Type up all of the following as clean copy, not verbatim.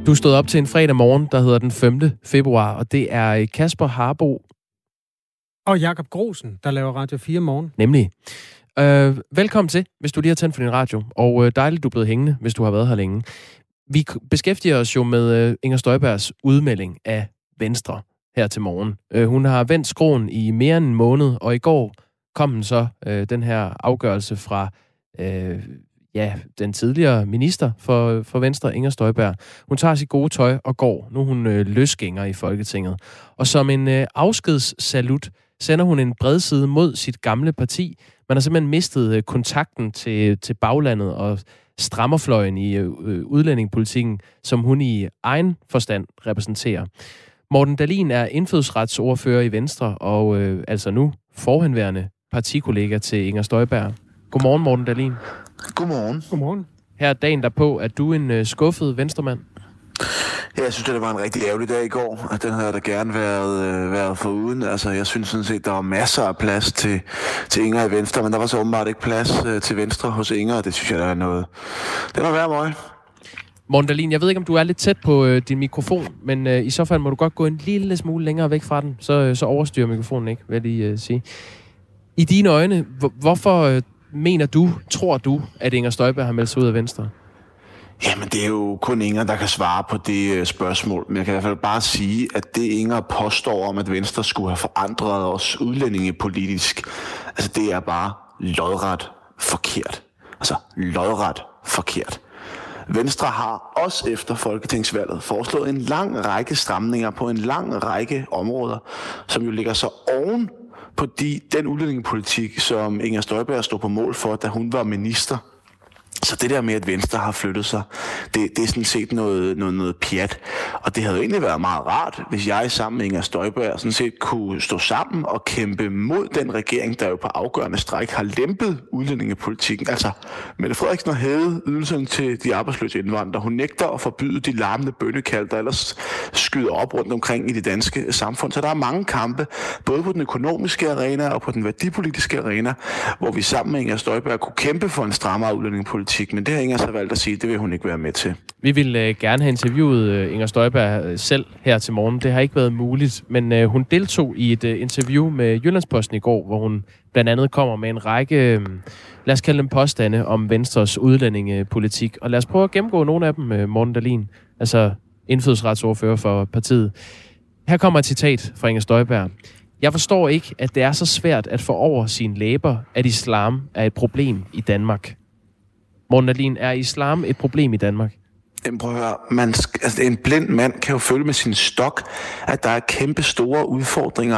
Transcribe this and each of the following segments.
Du stod op til en fredag morgen, der hedder den 5. februar, og det er Kasper Harbo. Og Jakob Grosen, der laver Radio 4 morgen. Nemlig. Velkommen til, hvis du lige har tændt for din radio, og dejligt, du er blevet hængende, hvis du har været her længe. Vi beskæftiger os jo med Inger Støjbergs udmelding af Venstre her til morgen. Hun har vendt skråen i mere end en måned, og i går kom den så den her afgørelse fra den tidligere minister for Venstre, Inger Støjberg. Hun tager sit gode tøj og går. Nu er hun løsgænger i Folketinget. Og som en afskedssalut sender hun en bredside mod sit gamle parti. Man har simpelthen mistet kontakten til baglandet og strammerfløjen i udlændingepolitikken, som hun i egen forstand repræsenterer. Morten Dahlin er indfødsretsordfører i Venstre, og altså nu forhenværende partikollega til Inger Støjberg. Godmorgen, Morten Dahlin. Godmorgen. Godmorgen. Her dagen derpå, er du en skuffet venstremand? Ja, jeg synes, det var en rigtig ærgerlig dag i går, og den havde jeg da gerne været foruden. Altså, jeg synes sådan set, der var masser af plads til Inger i Venstre, men der var så åbenbart ikke plads til Venstre hos Inger, og det synes jeg, der er noget. Det var værd møg. Morten Dahlin, jeg ved ikke, om du er lidt tæt på din mikrofon, men i så fald må du godt gå en lille smule længere væk fra den, så overstyrer mikrofonen ikke, vil jeg lige sige. I dine øjne, hvorfor tror du, at Inger Støjberg har meldt sig ud af Venstre? Jamen, det er jo kun Inger, der kan svare på det spørgsmål. Men jeg kan i hvert fald bare sige, at det Inger påstår om, at Venstre skulle have forandret os udlændingepolitisk, altså det er bare lodret forkert. Altså lodret forkert. Venstre har også efter folketingsvalget foreslået en lang række stramninger på en lang række områder, som jo ligger så oven på den udlændingepolitik, som Inger Støjberg stod på mål for, da hun var minister. Så det der med, at Venstre har flyttet sig, det er sådan set noget pjat. Og det havde jo egentlig været meget rart, hvis jeg sammen med Inger Støjberg sådan set kunne stå sammen og kæmpe mod den regering, der jo på afgørende stræk har lempet udlændingepolitikken. Altså, Mette Frederiksen har hævet ydelserne til de arbejdsløse indvandrere. Hun nægter at forbyde de larmende bønnekald, der ellers skyder op rundt omkring i det danske samfund. Så der er mange kampe, både på den økonomiske arena og på den værdipolitiske arena, hvor vi sammen med Inger Støjberg kunne kæmpe for en strammere udlændingepolitik. Men det har Inger så valgt at sige, det vil hun ikke være med til. Vi vil gerne have interviewet Inger Støjberg selv her til morgen. Det har ikke været muligt, men hun deltog i et interview med Jyllandsposten i går, hvor hun blandt andet kommer med en række, lad os kalde dem påstande, om Venstres udlændingepolitik. Og lad os prøve at gennemgå nogle af dem, Morten Dahlin, altså indfødsretsordfører for partiet. Her kommer et citat fra Inger Støjberg. Jeg forstår ikke, at det er så svært at få over sine læber, at islam er et problem i Danmark. Morten Dahlin, er islam et problem i Danmark? Jamen prøv at høre, en blind mand kan jo føle med sin stok, at der er kæmpe store udfordringer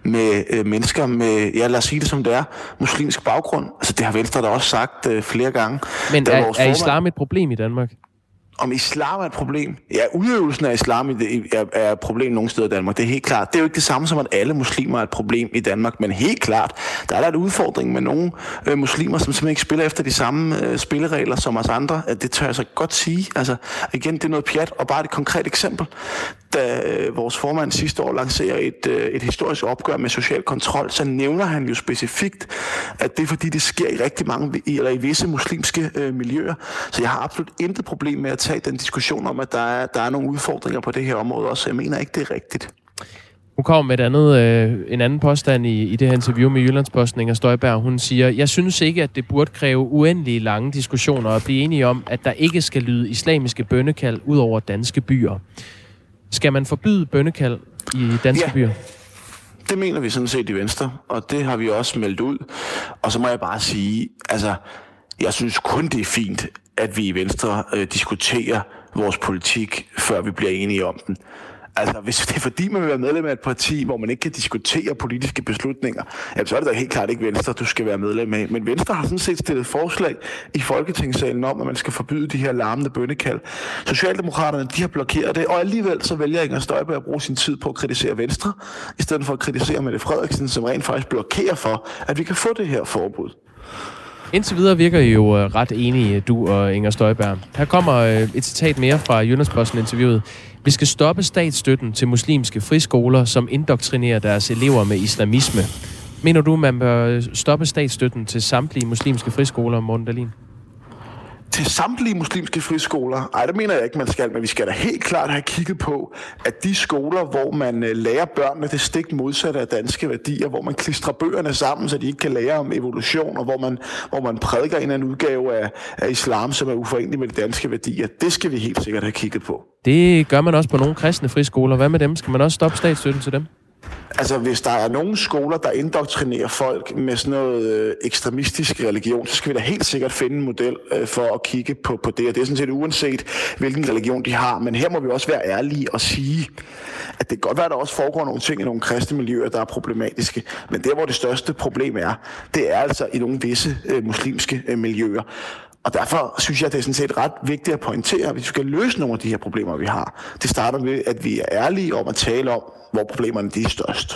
med mennesker med, ja lad os sige det som det er, muslimsk baggrund. Altså det har Venstre da også sagt flere gange. Men er islam et problem i Danmark? Om islam er et problem? Ja, udøvelsen af islam er et problem nogle steder i Danmark. Det er helt klart. Det er jo ikke det samme som, at alle muslimer er et problem i Danmark, men helt klart, der er der en udfordring med nogle muslimer, som simpelthen ikke spiller efter de samme spilleregler som os andre. Det tør jeg så godt sige. Altså, igen, det er noget pjat, og bare et konkret eksempel. Da vores formand sidste år lancerer et historisk opgør med social kontrol, så nævner han jo specifikt, at det er fordi, det sker i rigtig mange, eller i visse muslimske miljøer. Så jeg har absolut intet problem med at tage den diskussion om, at der er nogle udfordringer på det her område også. Jeg mener ikke, det er rigtigt. Hun kommer med en anden påstand i det her interview med Jyllandsposten, Inger Støjberg. Hun siger, jeg synes ikke, at det burde kræve uendelige lange diskussioner og blive enige om, at der ikke skal lyde islamiske bønnekald ud over danske byer. Skal man forbyde bønnekald i danske byer? Det mener vi sådan set i Venstre, og det har vi også meldt ud. Og så må jeg bare sige, altså, jeg synes kun det er fint, at vi i Venstre diskuterer vores politik, før vi bliver enige om den. Altså, hvis det er fordi, man vil være medlem af et parti, hvor man ikke kan diskutere politiske beslutninger, jamen, så er det da helt klart ikke Venstre, du skal være medlem af. Men Venstre har sådan set stillet forslag i Folketingssalen om, at man skal forbyde de her larmende bønnekald. Socialdemokraterne, de har blokeret det, og alligevel så vælger Inger Støjberg at bruge sin tid på at kritisere Venstre, i stedet for at kritisere Mette Frederiksen, som rent faktisk blokerer for, at vi kan få det her forbud. Indtil videre virker I jo ret enige, du og Inger Støjberg. Her kommer et citat mere fra Jyllandsposten-interviewet. Vi skal stoppe statsstøtten til muslimske friskoler, som indoktrinerer deres elever med islamisme. Mener du, man bør stoppe statsstøtten til samtlige muslimske friskoler, Morten Dahlin? Til samtlige muslimske friskoler? Ej, det mener jeg ikke, man skal, men vi skal da helt klart have kigget på, at de skoler, hvor man lærer børnene det stik modsatte af danske værdier, hvor man klistrer bøgerne sammen, så de ikke kan lære om evolution, og hvor man prædiker en eller anden udgave af islam, som er uforenelig med de danske værdier, det skal vi helt sikkert have kigget på. Det gør man også på nogle kristne friskoler. Hvad med dem? Skal man også stoppe statsstøtten til dem? Altså, hvis der er nogle skoler, der indoktrinerer folk med sådan noget ekstremistisk religion, så skal vi da helt sikkert finde en model for at kigge på det. Og det er sådan set uanset, hvilken religion de har. Men her må vi også være ærlige og sige, at det kan godt være, at der også foregår nogle ting i nogle kristne miljøer, der er problematiske. Men der, hvor det største problem er, det er altså i nogle visse muslimske miljøer. Og derfor synes jeg, at det er sådan set ret vigtigt at pointere, at vi skal løse nogle af de her problemer, vi har. Det starter med, at vi er ærlige om at tale om, hvor problemerne de er størst.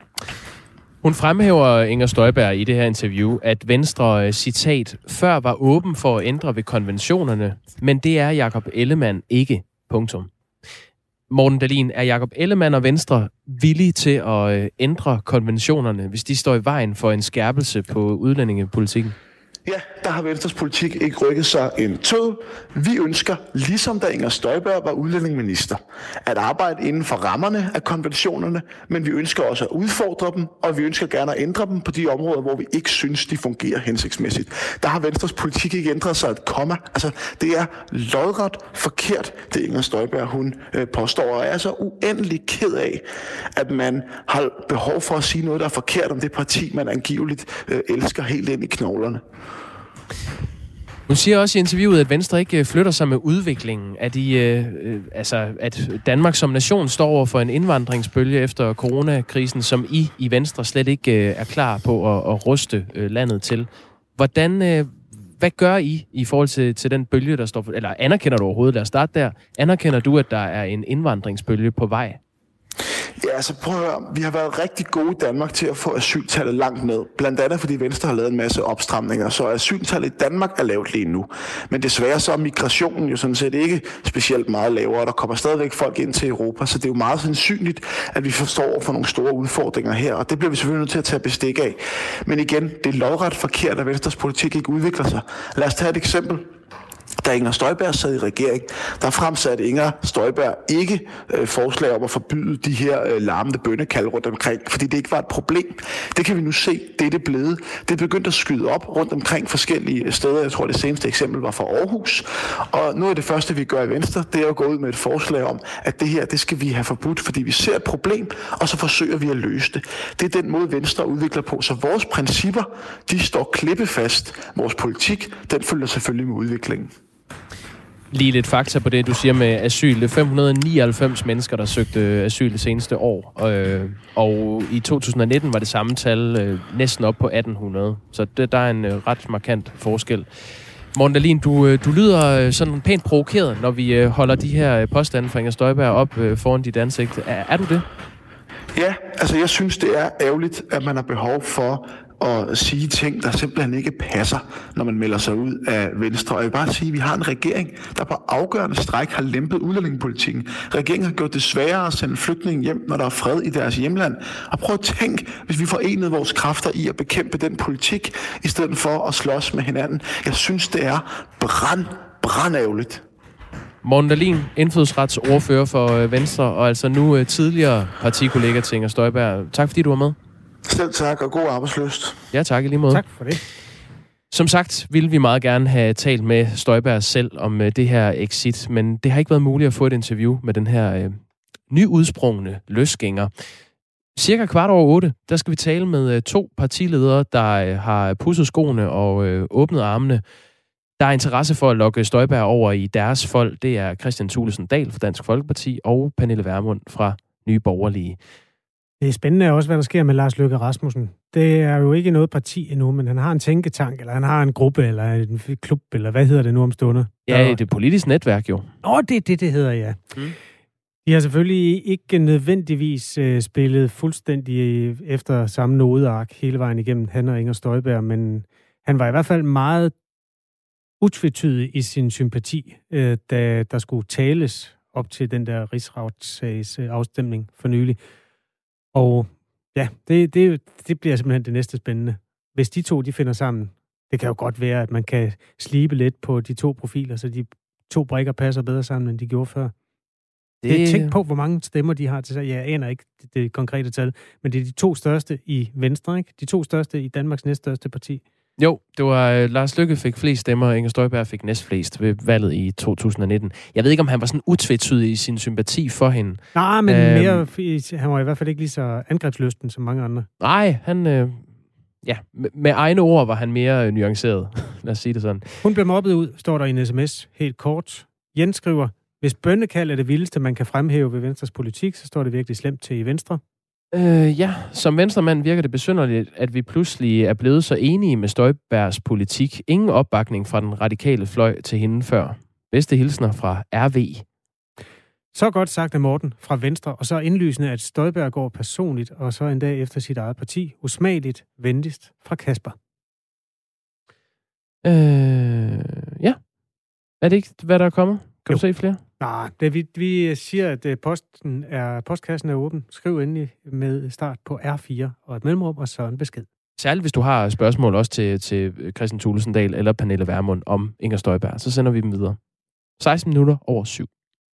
Hun fremhæver, Inger Støjberg, i det her interview, at Venstre, citat, før var åben for at ændre ved konventionerne, men det er Jakob Ellemann ikke. Punktum. Morten Dahlin, er Jakob Ellemann og Venstre villige til at ændre konventionerne, hvis de står i vejen for en skærpelse på udlændingepolitikken? Ja, der har Venstres politik ikke rykket sig en tød. Vi ønsker, ligesom da Inger Støjberg var udlændingeminister, at arbejde inden for rammerne af konventionerne, men vi ønsker også at udfordre dem, og vi ønsker gerne at ændre dem på de områder, hvor vi ikke synes, de fungerer hensigtsmæssigt. Der har Venstres politik ikke ændret sig et komma. Altså, det er lodret forkert, det Inger Støjberg hun påstår, og er så uendelig ked af, at man har behov for at sige noget, der er forkert om det parti, man angiveligt elsker helt ind i knoglerne. Hun siger også i interviewet, at Venstre ikke flytter sig med udviklingen, at Danmark som nation står over for en indvandringsbølge efter coronakrisen, som i Venstre slet ikke er klar på at ruste landet til. Hvad gør I forhold til den bølge, der står for, eller anerkender du overhovedet, lad os starte der, anerkender du, at der er en indvandringsbølge på vej? Ja, altså prøv at høre. Vi har været rigtig gode i Danmark til at få asyltallet langt ned. Blandt andet fordi Venstre har lavet en masse opstramninger, så asyltallet i Danmark er lavt lige nu. Men desværre så er migrationen jo sådan set ikke specielt meget lavere. Der kommer stadigvæk folk ind til Europa, så det er jo meget sandsynligt, at vi forstår for nogle store udfordringer her, og det bliver vi selvfølgelig nødt til at tage bestik af. Men igen, det er lovret forkert, at Venstres politik ikke udvikler sig. Lad os tage et eksempel. Da Inger Støjberg sad i regering, der fremsatte Inger Støjberg ikke forslag om at forbyde de her larmende bønnekald rundt omkring, fordi det ikke var et problem. Det kan vi nu se, det er det blevet. Det er begyndt at skyde op rundt omkring forskellige steder. Jeg tror, det seneste eksempel var fra Aarhus. Og nu er det første, vi gør i Venstre, det er at gå ud med et forslag om, at det her, det skal vi have forbudt, fordi vi ser et problem, og så forsøger vi at løse det. Det er den måde, Venstre udvikler på. Så vores principper, de står klippefast. Vores politik, den følger selvfølgelig med udviklingen. Lige lidt fakta på det, du siger med asyl. Det er 599 mennesker, der søgte asyl det seneste år. Og i 2019 var det samme tal næsten op på 1800. Så der er en ret markant forskel. Morten Dahlin, du lyder sådan pænt provokeret, når vi holder de her påstande fra Inger Støjberg op foran dit ansigt. Er du det? Ja, altså jeg synes, det er ærgerligt, at man har behov for at sige ting, der simpelthen ikke passer, når man melder sig ud af Venstre. Og jeg vil bare sige, at vi har en regering, der på afgørende stræk har lempet udlændingepolitikken. Regeringen har gjort det sværere at sende flygtninge hjem, når der er fred i deres hjemland. Og prøv at tænke, hvis vi forenede vores kræfter i at bekæmpe den politik, i stedet for at slås med hinanden. Jeg synes, det er brandærgerligt. Morten Dahlin, indfødsretsordfører for Venstre, og altså nu tidligere partikollega til Inger Støjberg. Tak fordi du var med. Selv tak, og god arbejdslyst. Ja, tak i lige måde. Tak for det. Som sagt ville vi meget gerne have talt med Støjberg selv om det her exit, men det har ikke været muligt at få et interview med den her nyudsprungne løsgænger. Cirka 7:15, der skal vi tale med 2 partiledere, der har pudset skoene og åbnet armene. Der er interesse for at lokke Støjberg over i deres fold. Det er Kristian Thulesen Dahl fra Dansk Folkeparti og Pernille Vermund fra Nye Borgerlige. Det er spændende også, hvad der sker med Lars Løkke Rasmussen. Det er jo ikke noget parti endnu, men han har en tænketank, eller han har en gruppe, eller en klub, eller hvad hedder det nu om stunder? Ja, det er politisk netværk jo. Det hedder, ja. De har selvfølgelig ikke nødvendigvis spillet fuldstændig efter samme nodeark hele vejen igennem, han og Inger Støjberg, men han var i hvert fald meget utvetydig i sin sympati, da der skulle tales op til den der rigsretssags afstemning for nylig. Og ja, det bliver simpelthen det næste spændende. Hvis de 2 de finder sammen, Det kan jo godt være, at man kan slibe lidt på de to profiler, så de to brikker passer bedre sammen, end de gjorde før. Tænk på, hvor mange stemmer de har til sig. Jeg aner ikke det konkrete tal, men det er de to største i Venstre, ikke? De to største i Danmarks næststørste parti. Jo, det var Lars Løkke fik flest stemmer, og Inger Støjberg fik næstflest ved valget i 2019. Jeg ved ikke, om han var sådan utvetydig i sin sympati for hende. Nej, men han var i hvert fald ikke lige så angrebslysten som mange andre. Nej, han... med egne ord var han mere nuanceret. Lad os sige det sådan. Hun blev mobbet ud, står der i en sms helt kort. Jens skriver, hvis bønnekald er det vildeste, man kan fremhæve ved Venstres politik, så står det virkelig slemt til i Venstre. Som venstremand virker det besynderligt, at vi pludselig er blevet så enige med Støjbergs politik. Ingen opbakning fra den radikale fløj til hende før. Bedste hilsner fra RV. Så godt sagt af Morten fra Venstre, og så indlysende, at Støjberg går personligt, og så en dag efter sit eget parti. Usmageligt, venligst fra Kasper. Ja. Er det ikke, hvad der er kommet? Kan du se flere? Nej, vi siger, at postkassen er åben. Skriv endelig med start på R4 og et mellemrum, og så en besked. Særligt hvis du har spørgsmål også til Christian Thulesen eller Pernille Vermund om Inger Støjberg, så sender vi dem videre. 16 minutter over 7.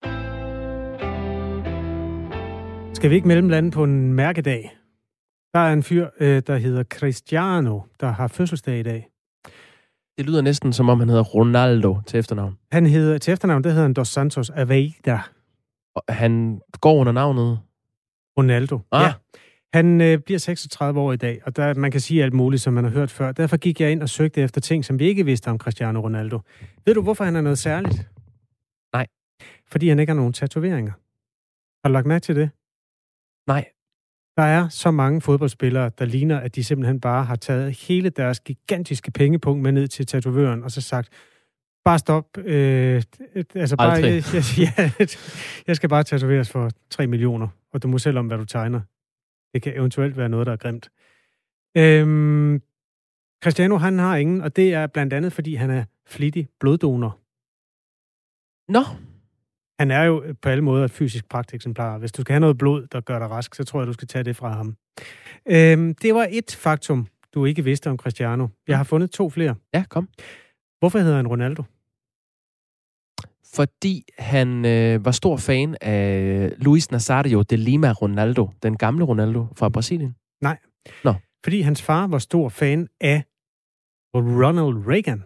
Skal vi ikke mellemlande på en mærkedag? Der er en fyr, der hedder Cristiano, der har fødselsdag i dag. Det lyder næsten, som om han hedder Ronaldo til efternavn. Til efternavn, der hedder han Dos Santos Aveida. Og han går under navnet? Ronaldo, ja. Han bliver 36 år i dag, og man kan sige alt muligt, som man har hørt før. Derfor gik jeg ind og søgte efter ting, som vi ikke vidste om Cristiano Ronaldo. Ved du, hvorfor han er noget særligt? Nej. Fordi han ikke har nogen tatoveringer. Har du lagt mærke til det? Nej. Der er så mange fodboldspillere, der ligner, at de simpelthen bare har taget hele deres gigantiske pengepunkt med ned til tatovøren, og så sagt, bare stop. Jeg skal bare tatoveres for 3 millioner, og du må selv om, hvad du tegner. Det kan eventuelt være noget, der er grimt. Cristiano, han har ingen, og det er blandt andet, fordi han er flittig bloddonor. Nå. Han er jo på alle måder et fysisk pragteksemplar. Hvis du skal have noget blod, der gør dig rask, så tror jeg, du skal tage det fra ham. Det var et faktum, du ikke vidste om Cristiano. Jeg har fundet 2 flere. Ja, kom. Hvorfor hedder han Ronaldo? Fordi han var stor fan af Luis Nazario de Lima Ronaldo, den gamle Ronaldo fra Brasilien. Nej. Nå. Fordi hans far var stor fan af Ronald Reagan.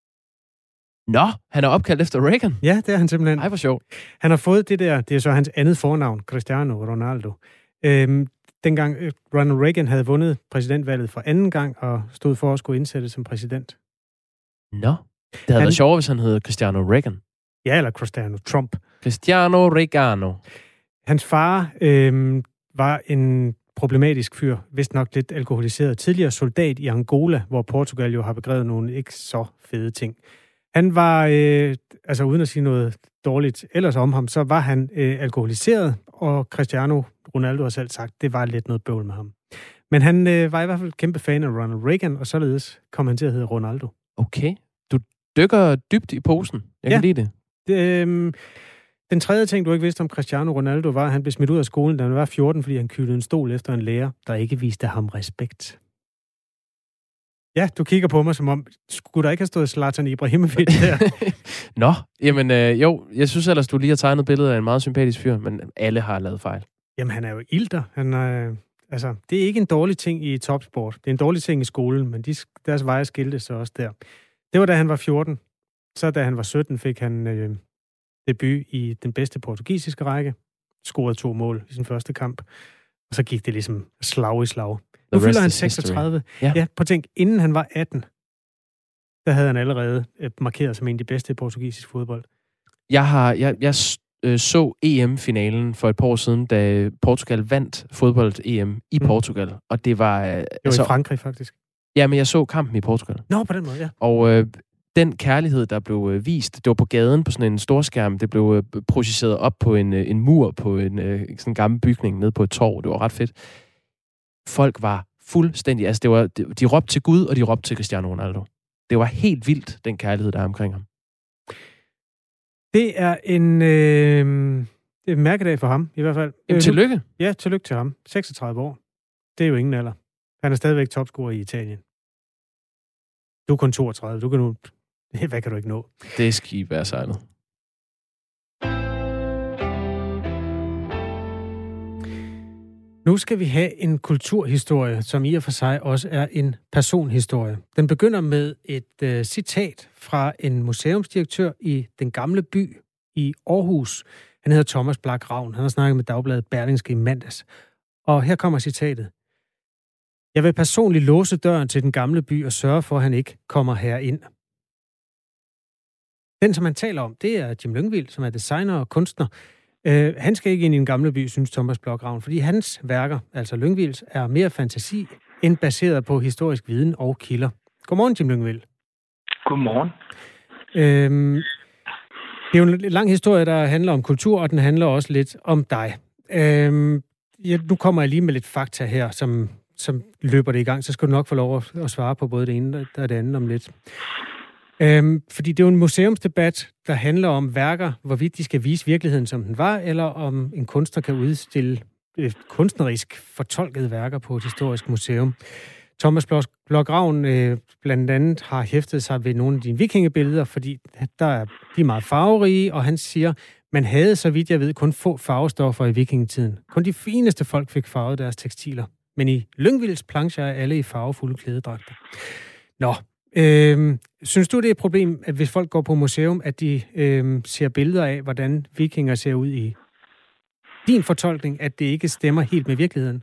Nå, han er opkaldt efter Reagan? Ja, det er han simpelthen. Ej, hvor sjovt. Han har fået det er så hans andet fornavn, Cristiano Ronaldo. Dengang Ronald Reagan havde vundet præsidentvalget for anden gang og stod for at skulle indsættes som præsident. Nå, det havde været sjovere, hvis han hed Cristiano Reagan. Ja, eller Cristiano Trump. Cristiano Regano. Hans far var en problematisk fyr, vist nok lidt alkoholiseret, tidligere soldat i Angola, hvor Portugal jo har begrevet nogle ikke så fede ting. Han var, uden at sige noget dårligt ellers om ham, så var han alkoholiseret, og Cristiano Ronaldo har selv sagt, det var lidt noget bøvl med ham. Men han var i hvert fald kæmpe fan af Ronald Reagan, og således kom han til at hedde Ronaldo. Okay. Du dykker dybt i posen. Jeg kan lide det. Den tredje ting, du ikke vidste om Cristiano Ronaldo, var, at han blev smidt ud af skolen, da han var 14, fordi han kyldede en stol efter en lærer, der ikke viste ham respekt. Ja, du kigger på mig som om, skulle der ikke have stået Zlatan Ibrahimovic der? Nå, jamen jo, jeg synes ellers, du lige har tegnet billedet af en meget sympatisk fyr, men alle har lavet fejl. Jamen, han er jo ilter. Det er ikke en dårlig ting i topsport. Det er en dårlig ting i skolen, men deres veje skilte så også der. Det var, da han var 14. Så da han var 17, fik han debut i den bedste portugisiske række. Scorede 2 mål i sin første kamp. Og så gik det ligesom slag i slag. Nu fylder han 36. Ja, på tænk, inden han var 18, der havde han allerede markeret som en af de bedste i portugisisk fodbold. Jeg så EM-finalen for et par år siden, da Portugal vandt fodbold-EM i Portugal. Og det var... det var i Frankrig, faktisk. Ja, men jeg så kampen i Portugal. Nå, på den måde, ja. Og den kærlighed, der blev vist, det var på gaden på sådan en storskærm. Det blev projiceret op på en mur på en sådan gammel bygning nede på et torv. Det var ret fedt. Folk var fuldstændig... Altså, de råbte til Gud, og de råbte til Cristiano Ronaldo. Det var helt vildt, den kærlighed, der er omkring ham. Det er en mærkedag for ham, i hvert fald. Jamen, tillykke. Ja, tillykke til ham. 36 år. Det er jo ingen alder. Han er stadigvæk topscorer i Italien. Du er kun 32. Hvad kan du ikke nå? Det skib er sejlet. Nu skal vi have en kulturhistorie, som i og for sig også er en personhistorie. Den begynder med et citat fra en museumsdirektør i Den Gamle By i Aarhus. Han hedder Thomas Blak Ravn. Han har snakket med Dagbladet Berlingske i mandags. Og her kommer citatet. Jeg vil personligt låse døren til Den Gamle By og sørge for, at han ikke kommer herind. Den, som han taler om, det er Jim Lyngvild, som er designer og kunstner. Han skal ikke ind i Den Gamle By, synes Thomas Blak Ravn, fordi hans værker, altså Lyngvilds, er mere fantasi end baseret på historisk viden og kilder. Godmorgen, Jim Lyngvild. Godmorgen. Det er jo en lang historie, der handler om kultur, og den handler også lidt om dig. Nu kommer jeg lige med lidt fakta her, som løber det i gang, så skal du nok få lov at svare på både det ene og det andet om lidt. Fordi det er jo en museumsdebat, der handler om værker, hvorvidt de skal vise virkeligheden, som den var, eller om en kunstner kan udstille kunstnerisk fortolkede værker på et historisk museum. Thomas Blak Ravn blandt andet har hæftet sig ved nogle af dine vikingebilleder, fordi de er meget farverige, og han siger, man havde, så vidt jeg ved, kun få farvestoffer i vikingetiden. Kun de fineste folk fik farvet deres tekstiler. Men i Lyngvilds plancher er alle i farvefulde klædedragter. Nå, synes du, det er et problem, at hvis folk går på museum, at de ser billeder af, hvordan vikinger ser ud i din fortolkning, at det ikke stemmer helt med virkeligheden?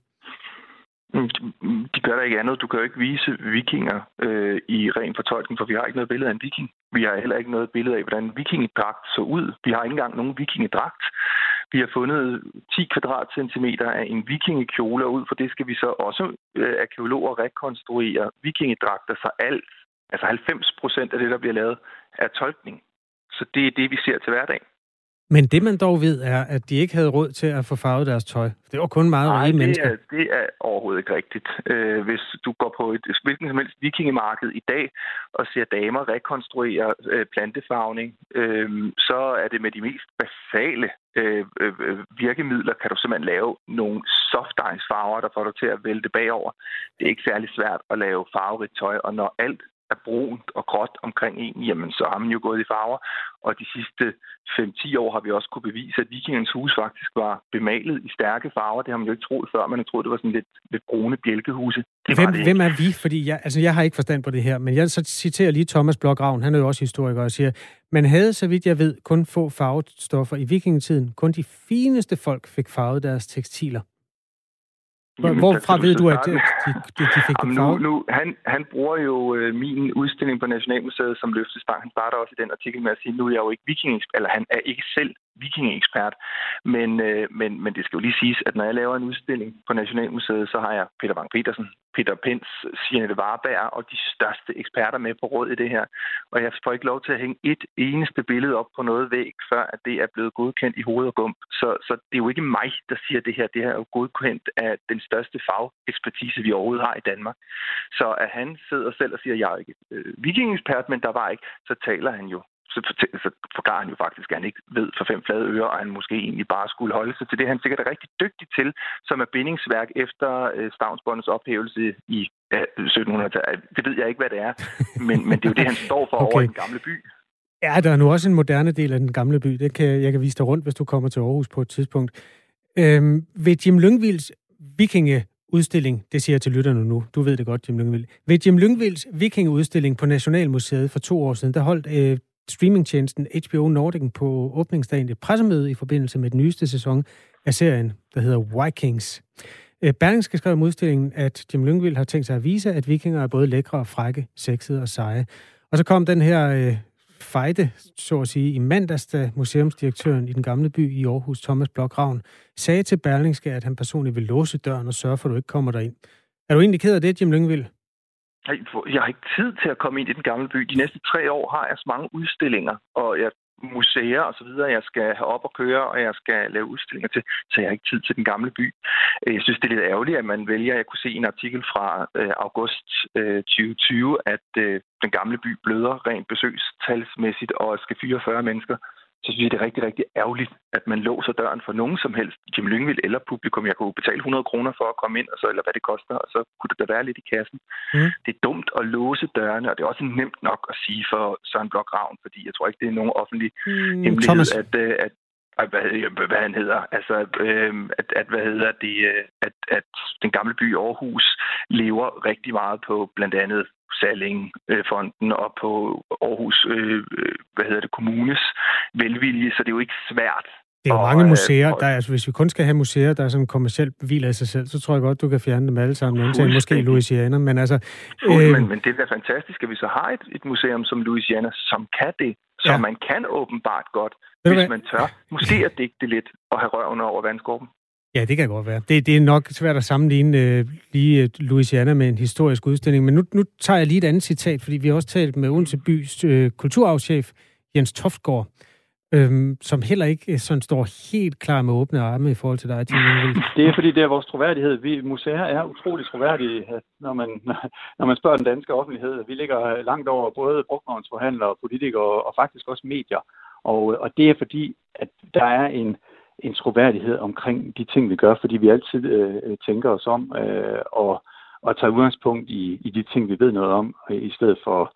De gør der ikke andet. Du kan jo ikke vise vikinger i ren fortolkning, for vi har ikke noget billede af en viking. Vi har heller ikke noget billede af, hvordan vikingedragt så ud. Vi har ikke engang nogen vikingedragt. Vi har fundet 10 kvadratcentimeter af en vikingekjole, og ud for det skal vi så også arkæologer rekonstruere vikingedragter, så alt, altså 90% af det, der bliver lavet, er tolkning. Så det er det, vi ser til hverdag. Men det, man dog ved, er, at de ikke havde råd til at få farvet deres tøj. Det var kun meget rige mennesker. Nej, det er overhovedet ikke rigtigt. Hvis du går på et hvilken som helst vikingemarked i dag og ser damer rekonstruere plantefarvning, så er det med de mest basale virkemidler, kan du simpelthen lave nogle soft ice farver, der får dig til at vælte bagover. Det er ikke særlig svært at lave farverigt tøj, og når alt er brunt og gråt omkring en, jamen så har man jo gået i farver. Og de sidste 5-10 år har vi også kunne bevise, at vikingens hus faktisk var bemalet i stærke farver. Det har man jo ikke troet før. Man har troet, det var sådan lidt brune bjælkehuse. Hvem er vi? Fordi jeg har ikke forstand på det her, men jeg så citerer lige Thomas Blak Ravn, han er jo også historiker, og siger, man havde, så vidt jeg ved, kun få farvestoffer i vikingetiden. Kun de fineste folk fik farvet deres tekstiler. Hvorfra ved du, at de fik det farve? Han bruger jo min udstilling på Nationalmuseet som løftestang. Han starter også i den artikel med at sige, nu er jeg jo ikke vikingeekspert, eller han er ikke selv vikingeekspert. Men det skal jo lige siges, at når jeg laver en udstilling på Nationalmuseet, så har jeg Peter Bang Petersen, Peter Pence, Jeanette Varberg og de største eksperter med på råd i det her. Og jeg får ikke lov til at hænge et eneste billede op på noget væg, før at det er blevet godkendt i hoved og gump. Så det er jo ikke mig, der siger det her. Det her er jo godkendt af den største fagekspertise, vi overhovedet har i Danmark. Så at han sidder selv og siger, at jeg er ikke vikingeekspert, men der var ikke, så taler han jo. Så forklarer han jo faktisk, at han ikke ved for 5 flade ører, og han måske egentlig bare skulle holde sig til det, han sikkert er rigtig dygtig til, som er bindingsværk efter stavnsbåndets ophævelse i 1700-tallet. Det ved jeg ikke, hvad det er, men det er jo det, han står for over i Den Gamle By. Ja, der er nu også en moderne del af Den Gamle By. Jeg kan vise dig rundt, hvis du kommer til Aarhus på et tidspunkt. Ved Jim Lyngvilds vikingeudstilling, det siger jeg til lytterne nu, du ved det godt, Jim Lyngvild. Ved Jim Lyngvilds vikingeudstilling på Nationalmuseet for 2 år siden, der holdt streamingtjenesten HBO Nordic på åbningsdagen et pressemøde i forbindelse med den nyeste sæson af serien, der hedder Vikings. Berlingske skrev om udstillingen, at Jim Lyngvild har tænkt sig at vise, at vikinger er både lækre og frække, sexede og seje. Og så kom den her fejde, så at sige, i mandags, da museumsdirektøren i Den Gamle By i Aarhus, Thomas Blak Ravn, sagde til Berlingske, at han personligt vil låse døren og sørge for, at du ikke kommer derind. Er du egentlig ked af det, Jim Lyngvild? Jeg har ikke tid til at komme ind i Den Gamle By. De næste 3 år har jeg så mange udstillinger, og museer og så videre, jeg skal have op og køre, og jeg skal lave udstillinger til, så jeg har ikke tid til Den Gamle By. Jeg synes, det er lidt ærgerligt, at man vælger, jeg kunne se en artikel fra august 2020, at Den Gamle By bløder rent besøgstalsmæssigt og skal 44 mennesker. så synes jeg, det er rigtig, rigtig ærgerligt, at man låser døren for nogen som helst, Jim Lyngvild eller publikum. Jeg kunne betale 100 kroner for at komme ind, og så, eller hvad det koster, og så kunne det da være lidt i kassen. Det er dumt at låse dørene, og det er også nemt nok at sige for Søren Bloch Ravn, fordi jeg tror ikke, det er nogen offentlig hemmelighed, hvad han hedder, altså at den gamle by Aarhus lever rigtig meget på blandt andet Salling-fonden og på Aarhus kommunes velvilje, så det er jo ikke svært. Det er jo mange museer, altså hvis vi kun skal have museer, der er sådan kommercielt hviler i sig selv, så tror jeg godt, du kan fjerne dem alle sammen, undtagen måske Louisiana, men altså... Men det er da fantastisk, at vi så har et museum som Louisiana, som kan det, som man kan åbenbart godt, hvis man tør. Måske at digte lidt og have røven over vandskorpen. Ja, det kan godt være. Det er nok svært at sammenligne lige Louisiana med en historisk udstilling, men nu tager jeg lige et andet citat, fordi vi har også talt med Odense Bys kulturarvschef Jens Toftgaard, som heller ikke sådan står helt klar med åbne arme i forhold til dig, Jim Lyngvild. Det er fordi, det er vores troværdighed. Vi museer er utrolig troværdige, når man spørger den danske offentlighed. Vi ligger langt over både brugtvognsforhandlere, politikere og faktisk også medier. Og det er fordi, at der er en troværdighed omkring de ting, vi gør, fordi vi altid tænker os om og tager udgangspunkt i de ting, vi ved noget om, i stedet for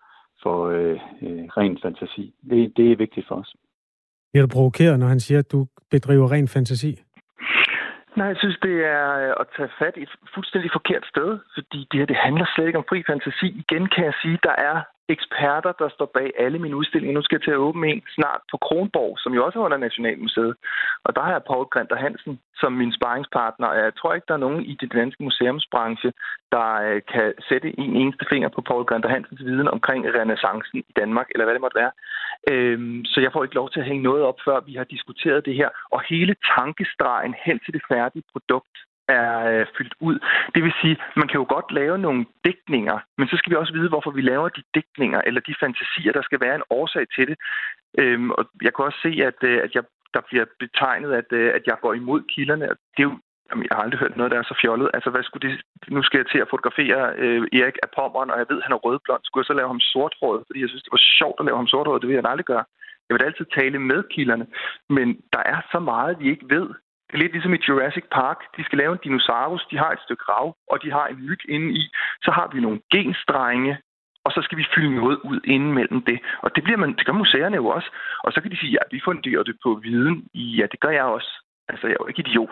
ren fantasi. Det er vigtigt for os. Bliver du provokeret, når han siger, at du bedriver ren fantasi? Nej, jeg synes, det er at tage fat i et fuldstændig forkert sted, fordi det handler slet ikke om fri fantasi. Igen kan jeg sige, at der er eksperter, der står bag alle mine udstillinger. Nu skal jeg til at åbne en snart på Kronborg, som jo også er under Nationalmuseet. Og der har jeg Paul Grinter Hansen som min sparringspartner. Og jeg tror ikke, der er nogen i den danske museumsbranche, der kan sætte en eneste finger på Paul Grinter Hansens viden omkring renæssancen i Danmark, eller hvad det måtte være. Så jeg får ikke lov til at hænge noget op, før vi har diskuteret det her. Og hele tankestregen hen til det færdige produkt er fyldt ud. Det vil sige, man kan jo godt lave nogle digtninger, men så skal vi også vide, hvorfor vi laver de digtninger, eller de fantasier, der skal være en årsag til det. Og jeg kan også se, at der bliver betegnet, at jeg går imod kilderne. Det er jo, jeg har aldrig hørt noget, der er så fjollet. Altså, hvad skulle det? Nu skal jeg til at fotografere Erik af Pommern, og jeg ved, at han er rødblond. Skulle jeg så lave ham sorthåret, fordi jeg synes, det var sjovt at lave ham sorthåret. Det vil jeg aldrig gøre. Jeg vil altid tale med kilderne. Men der er så meget, vi ikke ved. Det er lidt ligesom i Jurassic Park. De skal lave en dinosaurus, de har et stykke rav, og de har en myg inde i. Så har vi nogle genstrenge, og så skal vi fylde noget ud inden mellem det. Og det gør museerne jo også. Og så kan de sige, ja, vi funderer det på viden. Ja, det gør jeg også. Altså, jeg er jo ikke idiot.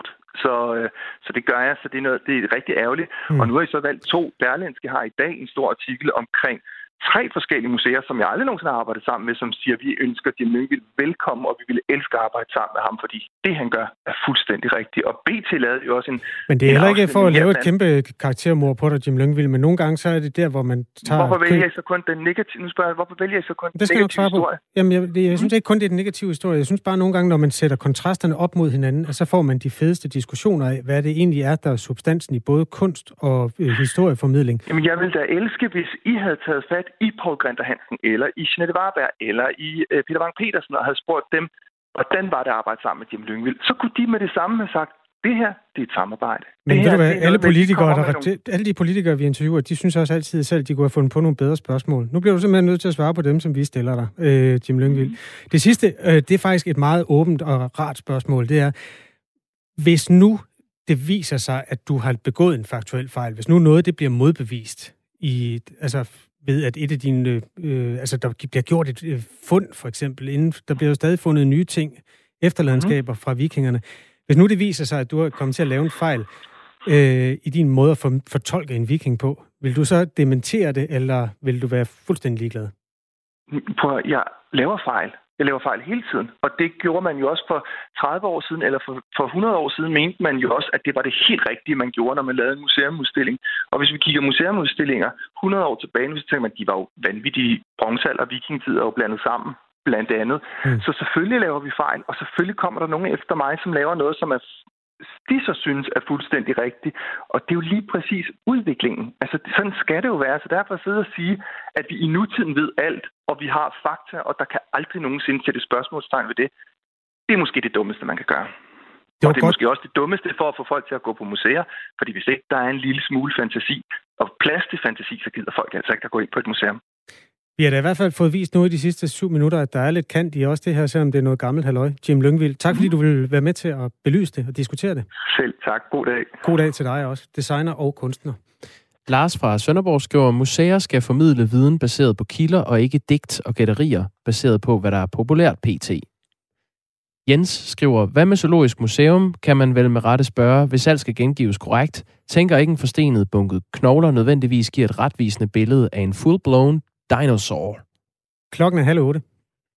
Så det gør jeg, så det er rigtig ærgerligt. Og nu har jeg så valgt 2. Berlingske har i dag en stor artikel omkring 3 forskellige museer, som jeg aldrig nogensinde har arbejdet sammen med, som siger, at vi ønsker Jim Lyngvild velkommen, og vi vil elske at arbejde sammen med ham, fordi det, han gør, er fuldstændig rigtigt. Og BT lavede jo også en... Men det er heller ikke for at lave et kæmpe karaktermord på dig, Jim Lyngvild, men nogle gange så er det der, hvor man tager... Hvorfor vælger jeg så kun den negative... Nu spørger jeg, hvorfor vælger jeg så kun den negative historie? Jamen, jeg synes ikke kun, det er den negative historie. Jeg synes bare nogle gange, når man sætter kontrasterne op mod hinanden, så får man de fedeste diskussioner af, hvad det egentlig er, der er substansen i både kunst og historieformidling. Jamen, jeg ville da elske, hvis I havde taget fat i Paul Grinter Hansen, eller i Jeanette Varberg, eller i Peter Bang Petersen, og havde spurgt dem, hvordan var det at arbejde sammen med Jim Lyngvild, så kunne de med det samme have sagt, det her, det er et samarbejde. Men ved du hvad, alle de politikere, vi interviewer, de synes også altid selv, de kunne have fundet på nogle bedre spørgsmål. Nu bliver du simpelthen nødt til at svare på dem, som vi stiller dig, Jim Lyngvild. Det sidste, det er faktisk et meget åbent og rart spørgsmål, det er, hvis nu det viser sig, at du har begået en faktuel fejl, hvis nu noget, det bliver modbevist ved at et af dine, der bliver gjort et fund, for eksempel, inden der bliver jo stadig fundet nye ting, efterladenskaber fra vikingerne. Hvis nu det viser sig, at du har kommet til at lave en fejl i din måde at fortolke en viking på, vil du så dementere det, eller vil du være fuldstændig ligeglad? Jeg laver fejl. Jeg laver fejl hele tiden, og det gjorde man jo også for 30 år siden, eller for 100 år siden mente man jo også, at det var det helt rigtige, man gjorde, når man lavede en museumudstilling. Og hvis vi kigger museumudstillinger 100 år tilbage, så tænker man, at de var jo vanvittige. Bronzealder og vikingtider er jo blandet sammen, blandt andet. Så selvfølgelig laver vi fejl, og selvfølgelig kommer der nogen efter mig, som laver noget, som de så synes er fuldstændig rigtigt. Og det er jo lige præcis udviklingen. Altså, sådan skal det jo være. Så derfor sidde og sige, at vi i nutiden ved alt, og vi har fakta, og der kan aldrig nogensinde sætte spørgsmålstegn ved det. Det er måske det dummeste, man kan gøre. Og det er måske også det dummeste for at få folk til at gå på museer, fordi hvis ikke der er en lille smule fantasi og plads til fantasi, så gider folk altså ikke at gå ind på et museum. Vi har da i hvert fald fået vist nu i de sidste 7 minutter, at der er lidt kant i også det her, selvom det er noget gammelt halløj. Jim Lyngvild, tak fordi du vil være med til at belyse det og diskutere det. Selv tak. God dag. God dag til dig også, designer og kunstner. Lars fra Sønderborg skriver, museer skal formidle viden baseret på kilder og ikke digt og gætterier baseret på, hvad der er populært pt. Jens skriver, hvad med Zoologisk Museum, kan man vel med rette spørge, hvis alt skal gengives korrekt, tænker ikke en forstenet bunket knogler nødvendigvis giver et retvisende billede af en full-blown dinosaur. Klokken er 7:30.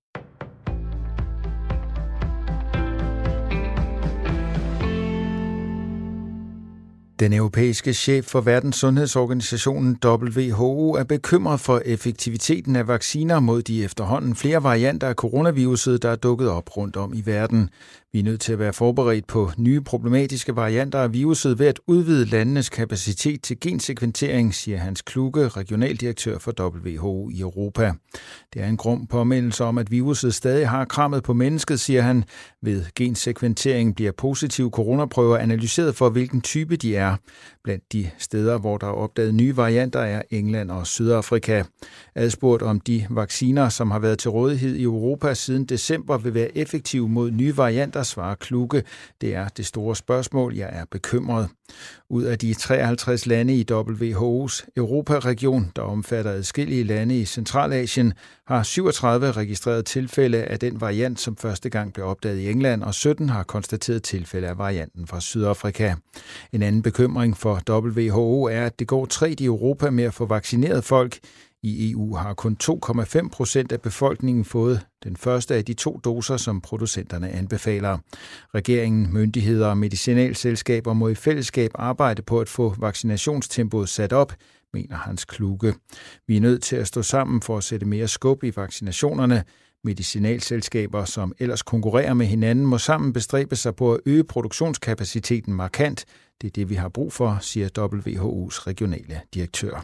Den europæiske chef for Verdenssundhedsorganisationen WHO er bekymret for effektiviteten af vacciner mod de efterhånden flere varianter af coronaviruset, der er dukket op rundt om i verden. Vi er nødt til at være forberedt på nye problematiske varianter af viruset ved at udvide landenes kapacitet til gensekventering, siger Hans Kluge, regionaldirektør for WHO i Europa. Det er en grum påmindelse om, at viruset stadig har krammet på mennesket, siger han. Ved gensekventering bliver positive coronaprøver analyseret for, hvilken type de er. Blandt de steder, hvor der er opdaget nye varianter, er England og Sydafrika. Adspurgt om de vacciner, som har været til rådighed i Europa siden december, vil være effektive mod nye varianter, svarer Kluge. Det er det store spørgsmål. Jeg er bekymret. Ud af de 53 lande i WHO's Europaregion, der omfatter adskillige lande i Centralasien, har 37 registreret tilfælde af den variant, som første gang blev opdaget i England, og 17 har konstateret tilfælde af varianten fra Sydafrika. En anden bekymring for WHO er, at det går trægt i Europa med at få vaccineret folk. I EU har kun 2,5% af befolkningen fået den første af de 2 doser, som producenterne anbefaler. Regeringen, myndigheder og medicinalselskaber må i fællesskab arbejde på at få vaccinationstempoet sat op, mener Hans Kluge. Vi er nødt til at stå sammen for at sætte mere skub i vaccinationerne. Medicinalselskaber, som ellers konkurrerer med hinanden, må sammen bestræbe sig på at øge produktionskapaciteten markant. Det er det, vi har brug for, siger WHO's regionale direktør.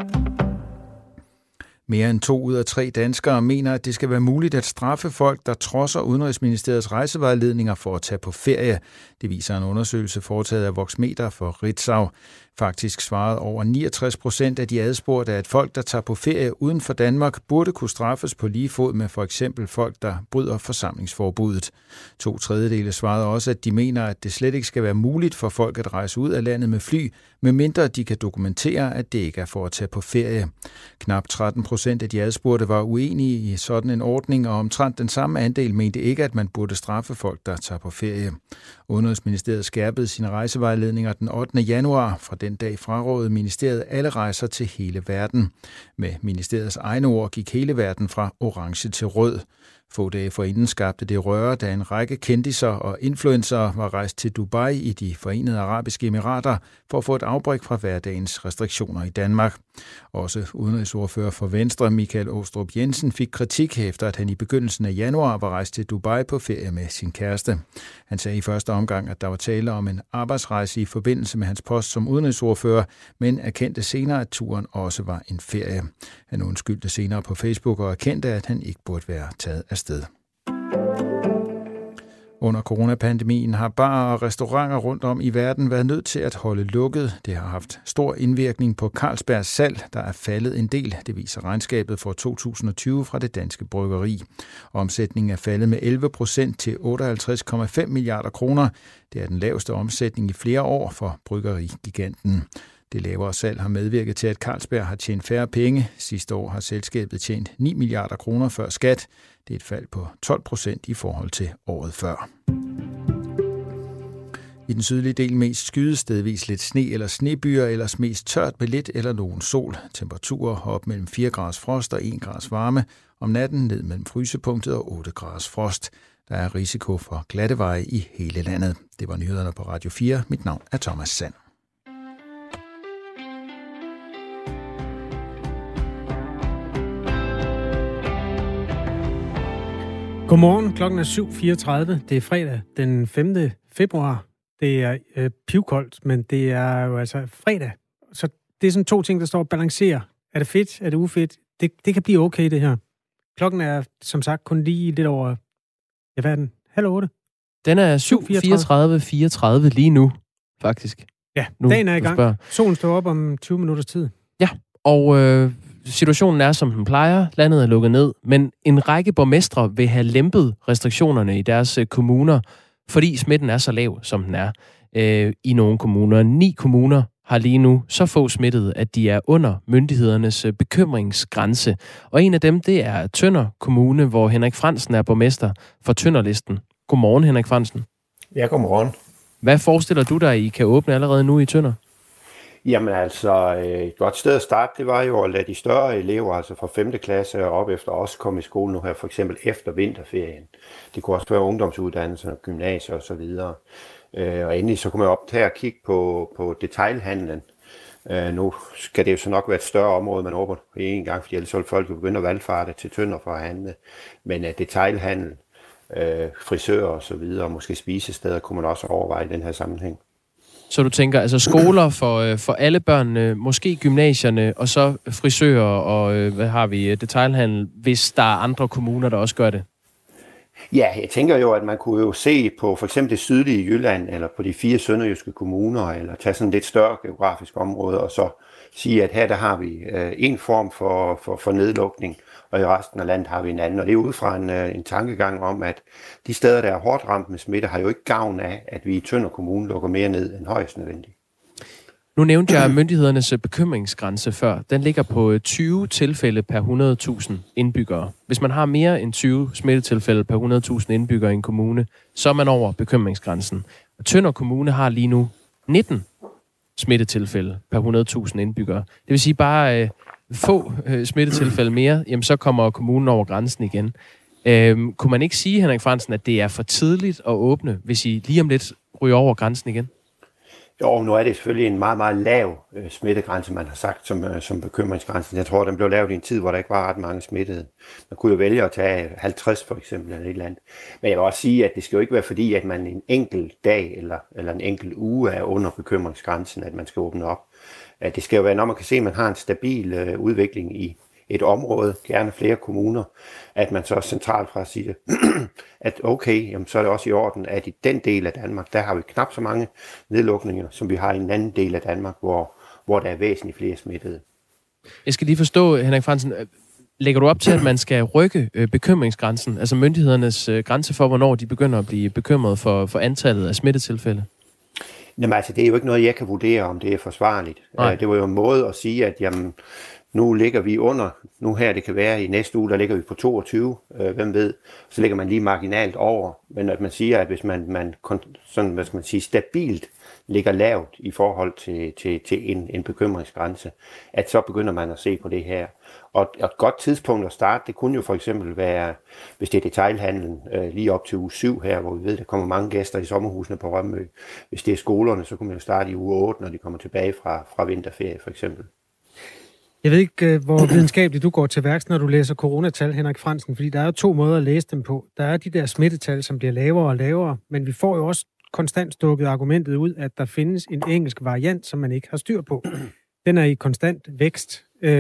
Mere end 2 ud af 3 danskere mener, at det skal være muligt at straffe folk, der trodser Udenrigsministeriets rejsevejledninger for at tage på ferie. Det viser en undersøgelse foretaget af Voxmeter for Ritzau. Faktisk svarede over 69% af de adspurgte, at folk, der tager på ferie uden for Danmark, burde kunne straffes på lige fod med for eksempel folk, der bryder forsamlingsforbuddet. 2/3 svarede også, at de mener, at det slet ikke skal være muligt for folk at rejse ud af landet med fly, medmindre de kan dokumentere, at det ikke er for at tage på ferie. Knap 13% af de adspurgte var uenige i sådan en ordning, og omtrent den samme andel mente ikke, at man burde straffe folk, der tager på ferie. Udenrigsministeriet skærpede sine rejsevejledninger den 8. januar. Fra den dag frarådede ministeriet alle rejser til hele verden. Med ministeriets egne ord gik hele verden fra orange til rød. Få dage forinden skabte det røre, da en række kendiser og influencer var rejst til Dubai i de Forenede Arabiske Emirater for at få et afbræk fra hverdagens restriktioner i Danmark. Også udenrigsordfører for Venstre, Michael Aastrup Jensen, fik kritik efter, at han i begyndelsen af januar var rejst til Dubai på ferie med sin kæreste. Han sagde i første omgang, at der var tale om en arbejdsrejse i forbindelse med hans post som udenrigsordfører, men erkendte senere, at turen også var en ferie. Han undskyldte senere på Facebook og erkendte, at han ikke burde være taget afsted. Under coronapandemien har barer og restauranter rundt om i verden været nødt til at holde lukket. Det har haft stor indvirkning på Carlsbergs salg, der er faldet en del. Det viser regnskabet for 2020 fra det danske bryggeri. Omsætningen er faldet med 11% til 58,5 milliarder kroner. Det er den laveste omsætning i flere år for bryggerigiganten. Det lavere salg har medvirket til, at Carlsberg har tjent færre penge. Sidste år har selskabet tjent 9 milliarder kroner før skat. Det er et fald på 12% i forhold til året før. I den sydlige del mest skyet, stedvis lidt sne eller snebyer, ellers mest tørt med lidt eller nogen sol. Temperaturer op mellem 4 graders frost og 1 graders varme. Om natten ned mellem frysepunktet og 8 graders frost. Der er risiko for glatte veje i hele landet. Det var nyhederne på Radio 4. Mit navn er Thomas Sand. Godmorgen, klokken er 7:34. Det er fredag den 5. februar. Det er pivkoldt, men det er jo altså fredag. Så det er sådan 2 ting, der står og balancerer. Er det fedt? Er det ufedt? Det kan blive okay, det her. Klokken er som sagt kun lige lidt over, hvad er den? 7:30? Den er 7:34 lige nu, faktisk. Ja, nu, dagen er i gang. Solen står op om 20 minutters tid. Ja, og situationen er, som den plejer. Landet er lukket ned, men en række borgmestre vil have lempet restriktionerne i deres kommuner, fordi smitten er så lav, som den er i nogle kommuner. 9 kommuner har lige nu så få smittede, at de er under myndighedernes bekymringsgrænse. Og en af dem, det er Tønder Kommune, hvor Henrik Frandsen er borgmester for Tønderlisten. Godmorgen, Henrik Frandsen. Ja, godmorgen. Hvad forestiller du dig, I kan åbne allerede nu i Tønder? Jamen altså, et godt sted at starte, det var jo at lade de større elever, altså fra 5. klasse og op efter også komme i skole nu her, for eksempel efter vinterferien. Det kunne også være ungdomsuddannelser, gymnasier og så videre. Og endelig så kunne man op til at kigge på detailhandlen. Nu skal det jo så nok være et større område, man åbner på en gang, fordi ellers vil folk jo begynde at valgfarte til Tønder for at handle. Men detailhandel, frisører og så videre, og måske spisesteder, kunne man også overveje i den her sammenhæng. Så du tænker altså skoler for alle børnene, måske gymnasierne, og så frisører og detailhandel, hvis der er andre kommuner, der også gør det? Ja, jeg tænker jo, at man kunne jo se på for eksempel det sydlige Jylland, eller på de 4 sønderjyske kommuner, eller tage sådan et lidt større geografisk område, og så sige, at her der har vi en form for nedlukning, og i resten af landet har vi en anden. Og det er ud fra en tankegang om, at de steder, der er hårdt ramt med smitte, har jo ikke gavn af, at vi i Tønder Kommune lukker mere ned end højst nødvendigt. Nu nævnte jeg myndighedernes bekymringsgrænse før. Den ligger på 20 tilfælde per 100.000 indbyggere. Hvis man har mere end 20 smittetilfælde per 100.000 indbyggere i en kommune, så er man over bekymringsgrænsen. Og Tønder Kommune har lige nu 19 smittetilfælde per 100.000 indbyggere. Det vil sige bare få smittetilfælde mere, jamen så kommer kommunen over grænsen igen. Kunne man ikke sige, Henrik Frandsen, at det er for tidligt at åbne, hvis I lige om lidt ryger over grænsen igen? Jo, nu er det selvfølgelig en meget, meget lav smittegrænse, man har sagt som bekymringsgrænsen. Jeg tror, den blev lavet i en tid, hvor der ikke var ret mange smittede. Man kunne jo vælge at tage 50 for eksempel eller et eller andet. Men jeg vil også sige, at det skal jo ikke være fordi, at man en enkelt dag eller en enkelt uge er under bekymringsgrænsen, at man skal åbne op. Det skal jo være, når man kan se, at man har en stabil udvikling i et område, gerne flere kommuner, at man så centralt fra siger, at okay, jamen, så er det også i orden, at i den del af Danmark, der har vi knap så mange nedlukninger, som vi har i en anden del af Danmark, hvor der er væsentligt flere smittede. Jeg skal lige forstå, Henrik Frandsen, lægger du op til, at man skal rykke bekymringsgrænsen, altså myndighedernes grænse for, hvornår de begynder at blive bekymret for antallet af smittetilfælde? Jamen altså, det er jo ikke noget, jeg kan vurdere, om det er forsvarligt. Det var jo en måde at sige, at jamen, nu ligger vi under, nu her det kan være i næste uge, der ligger vi på 22, hvem ved, så ligger man lige marginalt over. Men at man siger, at hvis man sådan, hvad skal man sige, stabilt ligger lavt i forhold til en bekymringsgrænse, at så begynder man at se på det her. Og et godt tidspunkt at starte, det kunne jo for eksempel være, hvis det er detailhandlen, lige op til uge 7 her, hvor vi ved, at der kommer mange gæster i sommerhusene på Rømø. Hvis det er skolerne, så kunne man jo starte i uge 8, når de kommer tilbage fra vinterferie for eksempel. Jeg ved ikke, hvor videnskabeligt du går til værks, når du læser coronatal, Henrik Frandsen, fordi der er jo 2 måder at læse dem på. Der er de der smittetal, som bliver lavere og lavere, men vi får jo også konstant stukket argumentet ud, at der findes en engelsk variant, som man ikke har styr på. Den er i konstant vækst.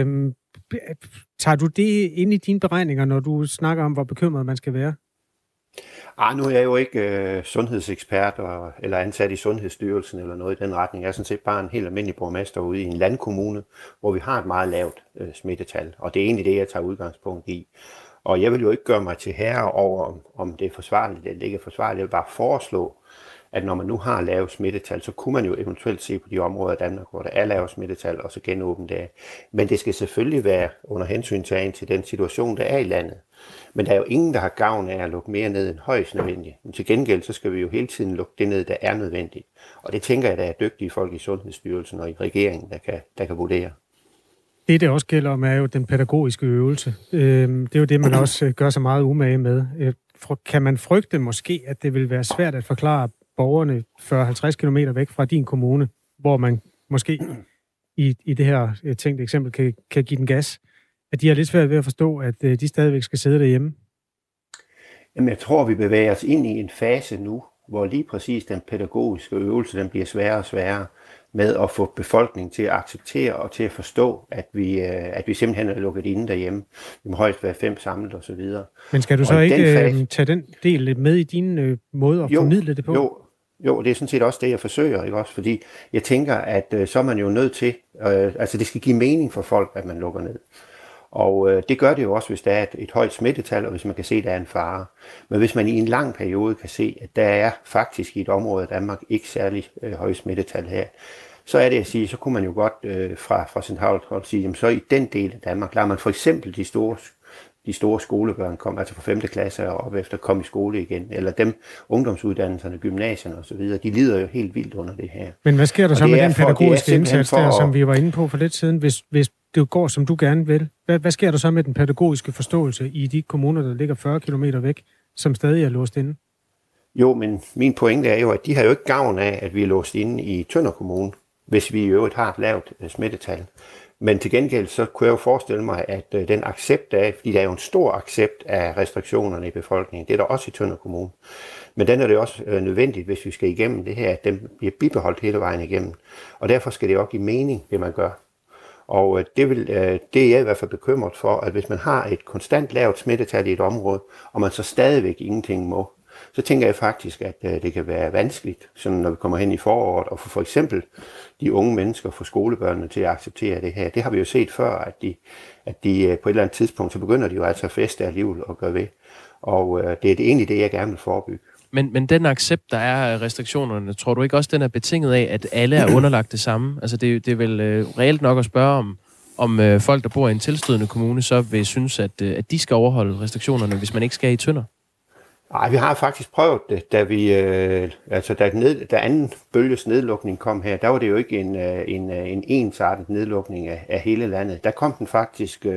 Tager du det ind i dine beregninger, når du snakker om, hvor bekymret man skal være? Nu er jeg jo ikke sundhedsekspert eller ansat i Sundhedsstyrelsen eller noget i den retning. Jeg er sådan set bare en helt almindelig borgmester ude i en landkommune, hvor vi har et meget lavt smittetal. Og det er egentlig det, jeg tager udgangspunkt i. Og jeg vil jo ikke gøre mig til herre over, om det er forsvarligt eller ikke er forsvarligt. Jeg vil bare foreslå, at når man nu har lavet smittetal, så kunne man jo eventuelt se på de områder af Danmark, hvor der er lavet smittetal, og så genåbne det. Men det skal selvfølgelig være under hensyntagen til den situation, der er i landet. Men der er jo ingen, der har gavn af at lukke mere ned end højst nødvendigt. Men til gengæld, så skal vi jo hele tiden lukke det ned, der er nødvendigt. Og det tænker jeg, der er dygtige folk i Sundhedsstyrelsen og i regeringen, der kan vurdere. Det også gælder om, er jo den pædagogiske øvelse. Det er jo det, man også gør så meget umage med. Kan man frygte måske, at det vil være svært at forklare borgerne 40-50 km væk fra din kommune, hvor man måske i det her tænkte eksempel kan give den gas, at de har lidt svært ved at forstå, at de stadigvæk skal sidde derhjemme? Jamen, jeg tror, vi bevæger os ind i en fase nu, hvor lige præcis den pædagogiske øvelse, den bliver sværere og sværere med at få befolkningen til at acceptere og til at forstå, at vi simpelthen er lukket inde derhjemme. Vi må højst være 5 samlet og så videre. Men skal du så ikke tage den del med i din måde at formidle det på? Jo, det er sådan set også det, jeg forsøger, ikke også? Fordi jeg tænker, at så er man jo nødt til, altså det skal give mening for folk, at man lukker ned. Og det gør det jo også, hvis der er et højt smittetal, og hvis man kan se, at der er en fare. Men hvis man i en lang periode kan se, at der er faktisk i et område af Danmark ikke særlig højt smittetal her, så er det at sige, så kunne man jo godt fra centralt hold sige, jamen så i den del af Danmark, lader man for eksempel de store skolebørn komme, altså fra 5. klasse og op efter komme i skole igen, eller dem ungdomsuddannelserne, gymnasierne osv., de lider jo helt vildt under det her. Men hvad sker der så med den pædagogiske indsats der, som vi var inde på for lidt siden, hvis det går, som du gerne vil? Hvad sker der så med den pædagogiske forståelse i de kommuner, der ligger 40 kilometer væk, som stadig er låst inde? Jo, men min pointe er jo, at de har jo ikke gavn af, at vi er låst inde i Tønder Kommune, hvis vi i øvrigt har et lavt smittetal. Men til gengæld så kunne jeg jo forestille mig, at den accept af, fordi der er jo en stor accept af restriktionerne i befolkningen, det er der også i Tønder Kommune. Men den er det også nødvendigt, hvis vi skal igennem det her, at den bliver bibeholdt hele vejen igennem. Og derfor skal det også give mening, det man gør. Og det er jeg i hvert fald bekymret for, at hvis man har et konstant lavt smittetal i et område, og man så stadigvæk ingenting må, så tænker jeg faktisk, at det kan være vanskeligt, sådan når vi kommer hen i foråret, og for eksempel de unge mennesker, få skolebørnene til at acceptere det her. Det har vi jo set før, at de på et eller andet tidspunkt, så begynder de jo altså at feste alligevel og gøre ved. Og det er egentlig det, jeg gerne vil forebygge. Men den accept, der er af restriktionerne, tror du ikke også, den er betinget af, at alle er underlagt det samme? Altså det er vel reelt nok at spørge om folk, der bor i en tilstødende kommune, så vil synes, at de skal overholde restriktionerne, hvis man ikke skal i Tønder? Nej, vi har faktisk prøvet det, da anden bølges nedlukning kom her, der var det jo ikke en ensartet nedlukning af hele landet. Der kom den faktisk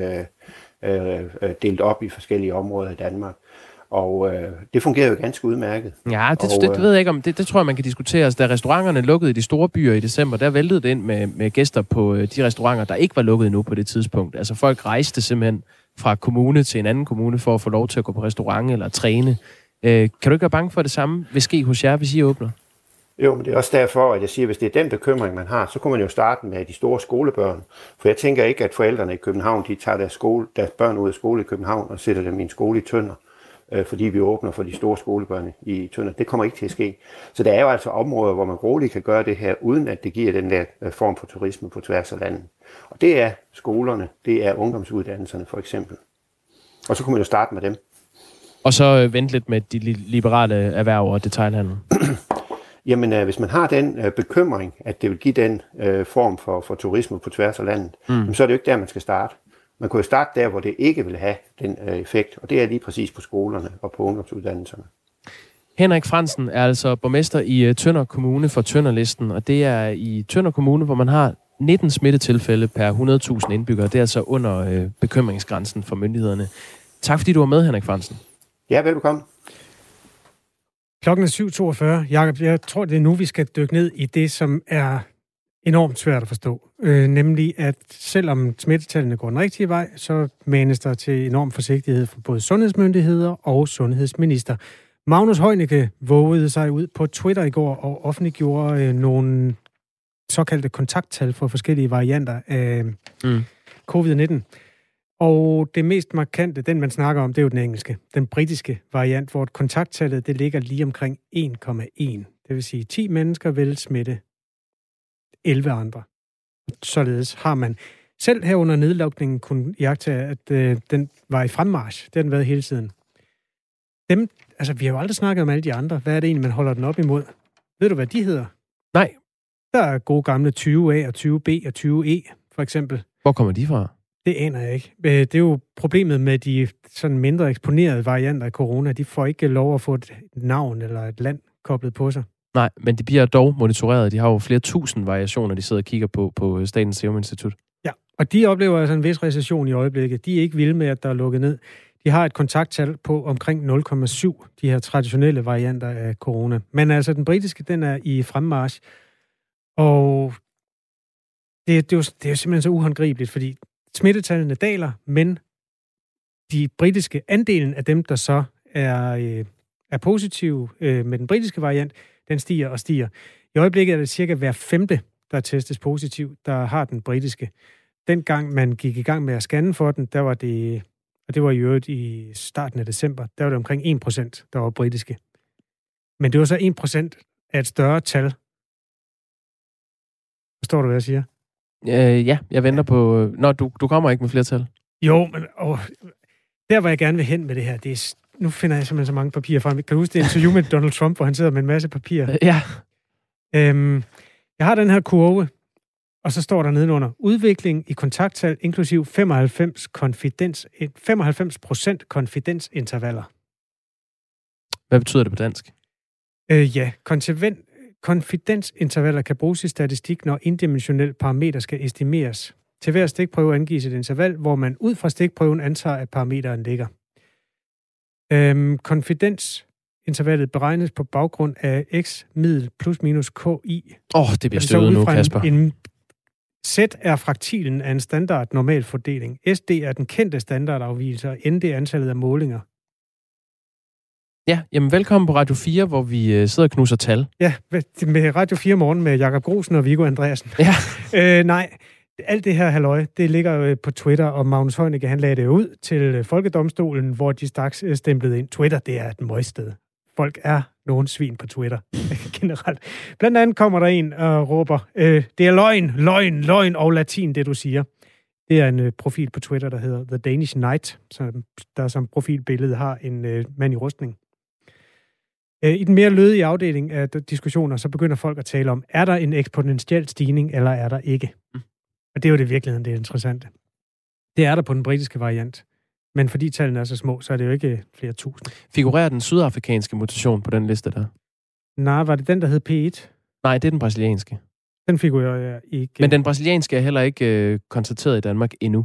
delt op i forskellige områder i Danmark. Og det fungerer jo ganske udmærket. Ja, det ved jeg ikke om. Det tror jeg, man kan diskutere. Altså, da restauranterne lukkede i de store byer i december, der væltede det ind med gæster på de restauranter, der ikke var lukket endnu på det tidspunkt. Altså folk rejste simpelthen fra kommune til en anden kommune for at få lov til at gå på restaurant eller træne. Kan du ikke være bange for, at det samme vil ske hos jer, hvis I åbner? Jo, men det er også derfor, at jeg siger, at hvis det er den bekymring, man har, så kunne man jo starte med de store skolebørn. For jeg tænker ikke, at forældrene i København, de tager deres børn ud af skole i København og sætter dem i en skole i Tønder, fordi vi åbner for de store skolebørn i Tønder. Det kommer ikke til at ske. Så der er jo altså områder, hvor man roligt kan gøre det her, uden at det giver den der form for turisme på tværs af landet. Og det er skolerne, det er ungdomsuddannelserne for eksempel. Og så kunne man jo starte med dem. Og så vente lidt med de liberale erhverv og detailhandel. Jamen, hvis man har den bekymring, at det vil give den form for turisme på tværs af landet, så er det jo ikke der, man skal starte. Man kunne jo starte der, hvor det ikke vil have den effekt, og det er lige præcis på skolerne og på ungdomsuddannelserne. Henrik Frandsen er altså borgmester i Tønder Kommune for Tønderlisten, og det er i Tønder Kommune, hvor man har 19 smittetilfælde per 100.000 indbyggere. Det er altså under bekymringsgrænsen for myndighederne. Tak fordi du var med, Henrik Frandsen. Ja, velbekomme. Klokken er 7.42. Jakob, jeg tror, det er nu, vi skal dykke ned i det, som er enormt svært at forstå. Nemlig, at selvom smittetallene går den rigtige vej, så manes der til enorm forsigtighed for både sundhedsmyndigheder og sundhedsminister. Magnus Heunicke vågede sig ud på Twitter i går og offentliggjorde nogle såkaldte kontakttal for forskellige varianter af covid-19. Og det mest markante, den man snakker om, det er jo den engelske, den britiske variant, hvor kontakttallet det ligger lige omkring 1,1. Det vil sige, 10 mennesker vil smitte 11 andre. Således har man selv her under nedlukningen kunne iagttage, at den var i fremmarch. Det har den været hele tiden. Vi har jo aldrig snakket om alle de andre. Hvad er det egentlig, man holder den op imod? Ved du, hvad de hedder? Nej. Der er gode gamle 20A og 20B og 20E, for eksempel. Hvor kommer de fra? Det aner jeg ikke. Det er jo problemet med de sådan mindre eksponerede varianter af corona. De får ikke lov at få et navn eller et land koblet på sig. Nej, men de bliver dog monitoreret. De har jo flere tusind variationer, de sidder og kigger på Statens Serum Institut. Ja, og de oplever altså en vis recession i øjeblikket. De er ikke vilde med, at der er lukket ned. De har et kontakttal på omkring 0,7, de her traditionelle varianter af corona. Men altså, den britiske, den er i fremmarch. Og det er jo simpelthen så uhåndgribeligt, fordi smittetallene daler, men de britiske andelen af dem, der så er positive med den britiske variant, den stiger og stiger. I øjeblikket er det cirka hver 5., der testes positiv, der har den britiske. Dengang man gik i gang med at scanne for den, der var det, og det var i øvrigt i starten af december, der var det omkring 1%, der var britiske. Men det var så 1% af et større tal. Forstår du, hvad jeg siger? Ja, jeg venter på... Nå, du kommer ikke med flertal? Jo, men der hvor jeg gerne vil hen med det her, det er... Nu finder jeg simpelthen så mange papirer frem. Kan du huske det interview med Donald Trump, hvor han sidder med en masse papirer? Ja. Jeg har den her kurve, og så står der nedenunder, udvikling i kontakttal, inklusiv 95% konfidensintervaller. Hvad betyder det på dansk? Konfidensintervaller kan bruges i statistik, når indimensionel parameter skal estimeres. Til hver stikprøve angives et interval, hvor man ud fra stikprøven antager, at parameteren ligger. Konfidensintervallet beregnes på baggrund af x middel plus minus ki. Det bliver støvet nu, Kasper. Z er fraktilen af en standard normalfordeling. SD er den kendte standardafvigelse, og ND er antallet af målinger. Ja, jamen velkommen på Radio 4, hvor vi sidder og knuser tal. Ja, med Radio 4 morgen med Jakob Grosen og Viggo Andreasen. Ja. Nej, alt det her halløj, det ligger jo på Twitter, og Magnus Heunicke, han lagde det ud til Folkedomstolen, hvor de straks stemplede ind. Twitter, det er et møgsted. Folk er nogen svin på Twitter, generelt. Blandt andet kommer der en og råber, det er løgn og latin, det du siger. Det er en profil på Twitter, der hedder The Danish Knight, der som profilbillede har en mand i rustning. I den mere lødige afdeling af diskussioner, så begynder folk at tale om, er der en eksponentiel stigning, eller er der ikke? Og det er jo det virkeligheden, det er interessant. Det er der på den britiske variant. Men fordi tallene er så små, så er det jo ikke flere tusind. Figurerer den sydafrikanske mutation på den liste der? Nej, var det den, der hed P1? Nej, det er den brasilianske. Den figurerer jeg ikke. Men den brasilianske er heller ikke konstateret i Danmark endnu.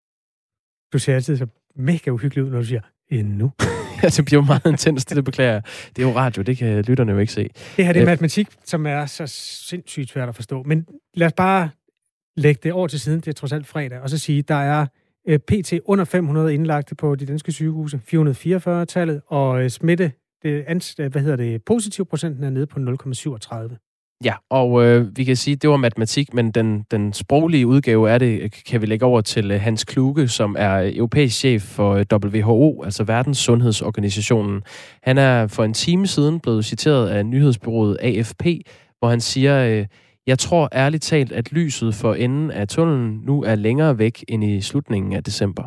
Du ser altid så mega uhyggeligt ud, når du siger endnu. Ja, det bliver jo meget intenst, det beklager jeg. Det er jo radio, det kan lytterne jo ikke se. Det her det er matematik, som er så sindssygt svært at forstå. Men lad os bare lægge det over til siden, det er trods alt fredag, og så sige, der er PT under 500 indlagte på de danske sygehuse, 444-tallet, og smitte, positivprocenten er nede på 0,37. Ja, og vi kan sige, at det var matematik, men den sproglige udgave af det kan vi lægge over til Hans Kluge, som er europæisk chef for WHO, altså Verdens Sundhedsorganisationen. Han er for en time siden blevet citeret af nyhedsbureauet AFP, hvor han siger, jeg tror ærligt talt, at lyset for enden af tunnelen nu er længere væk end i slutningen af december.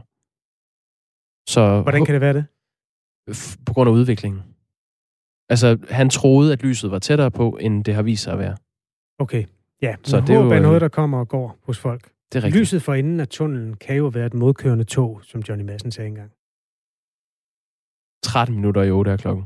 Så hvordan kan det være det? På grund af udviklingen. Altså, han troede, at lyset var tættere på, end det har vist sig at være. Okay, ja. Så det er jo noget, der kommer og går hos folk. Det er rigtigt. Lyset for enden af tunnelen kan jo være et modkørende tog, som Johnny Madsen sagde engang. 13 minutter i 8 er klokken.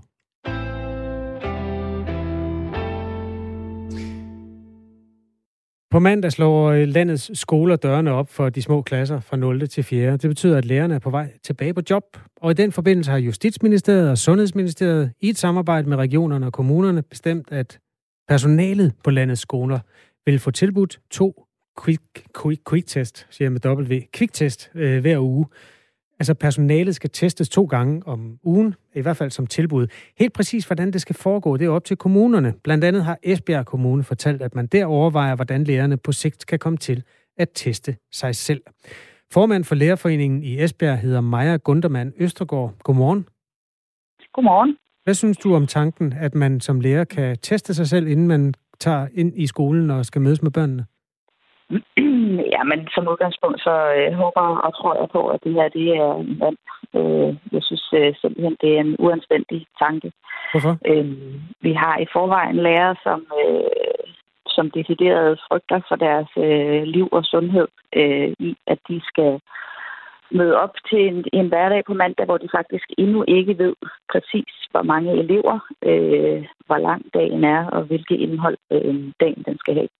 På mandag slår landets skoler dørene op for de små klasser fra 0. til 4. Det betyder, at lærerne er på vej tilbage på job. Og i den forbindelse har Justitsministeriet og Sundhedsministeriet i et samarbejde med regionerne og kommunerne bestemt, at personalet på landets skoler vil få tilbudt 2 quick-test, siger jeg med quick-test hver uge. Altså personalet skal testes 2 gange om ugen, i hvert fald som tilbud. Helt præcis, hvordan det skal foregå, det er op til kommunerne. Blandt andet har Esbjerg Kommune fortalt, at man der overvejer, hvordan lærerne på sigt kan komme til at teste sig selv. Formand for Lærerforeningen i Esbjerg hedder Maja Gundermann Østergaard. Godmorgen. Godmorgen. Hvad synes du om tanken, at man som lærer kan teste sig selv, inden man tager ind i skolen og skal mødes med børnene? Ja, men som udgangspunkt, så håber og tror jeg på, at det her, det er en vand. Jeg synes simpelthen, det er en uanstændig tanke. Hvorfor? Vi har i forvejen lærere, som decideret frygter for deres liv og sundhed i, at de skal møde op til en hverdag på mandag, hvor de faktisk endnu ikke ved præcis, hvor mange elever, hvor lang dagen er, og hvilket indhold dagen den skal have.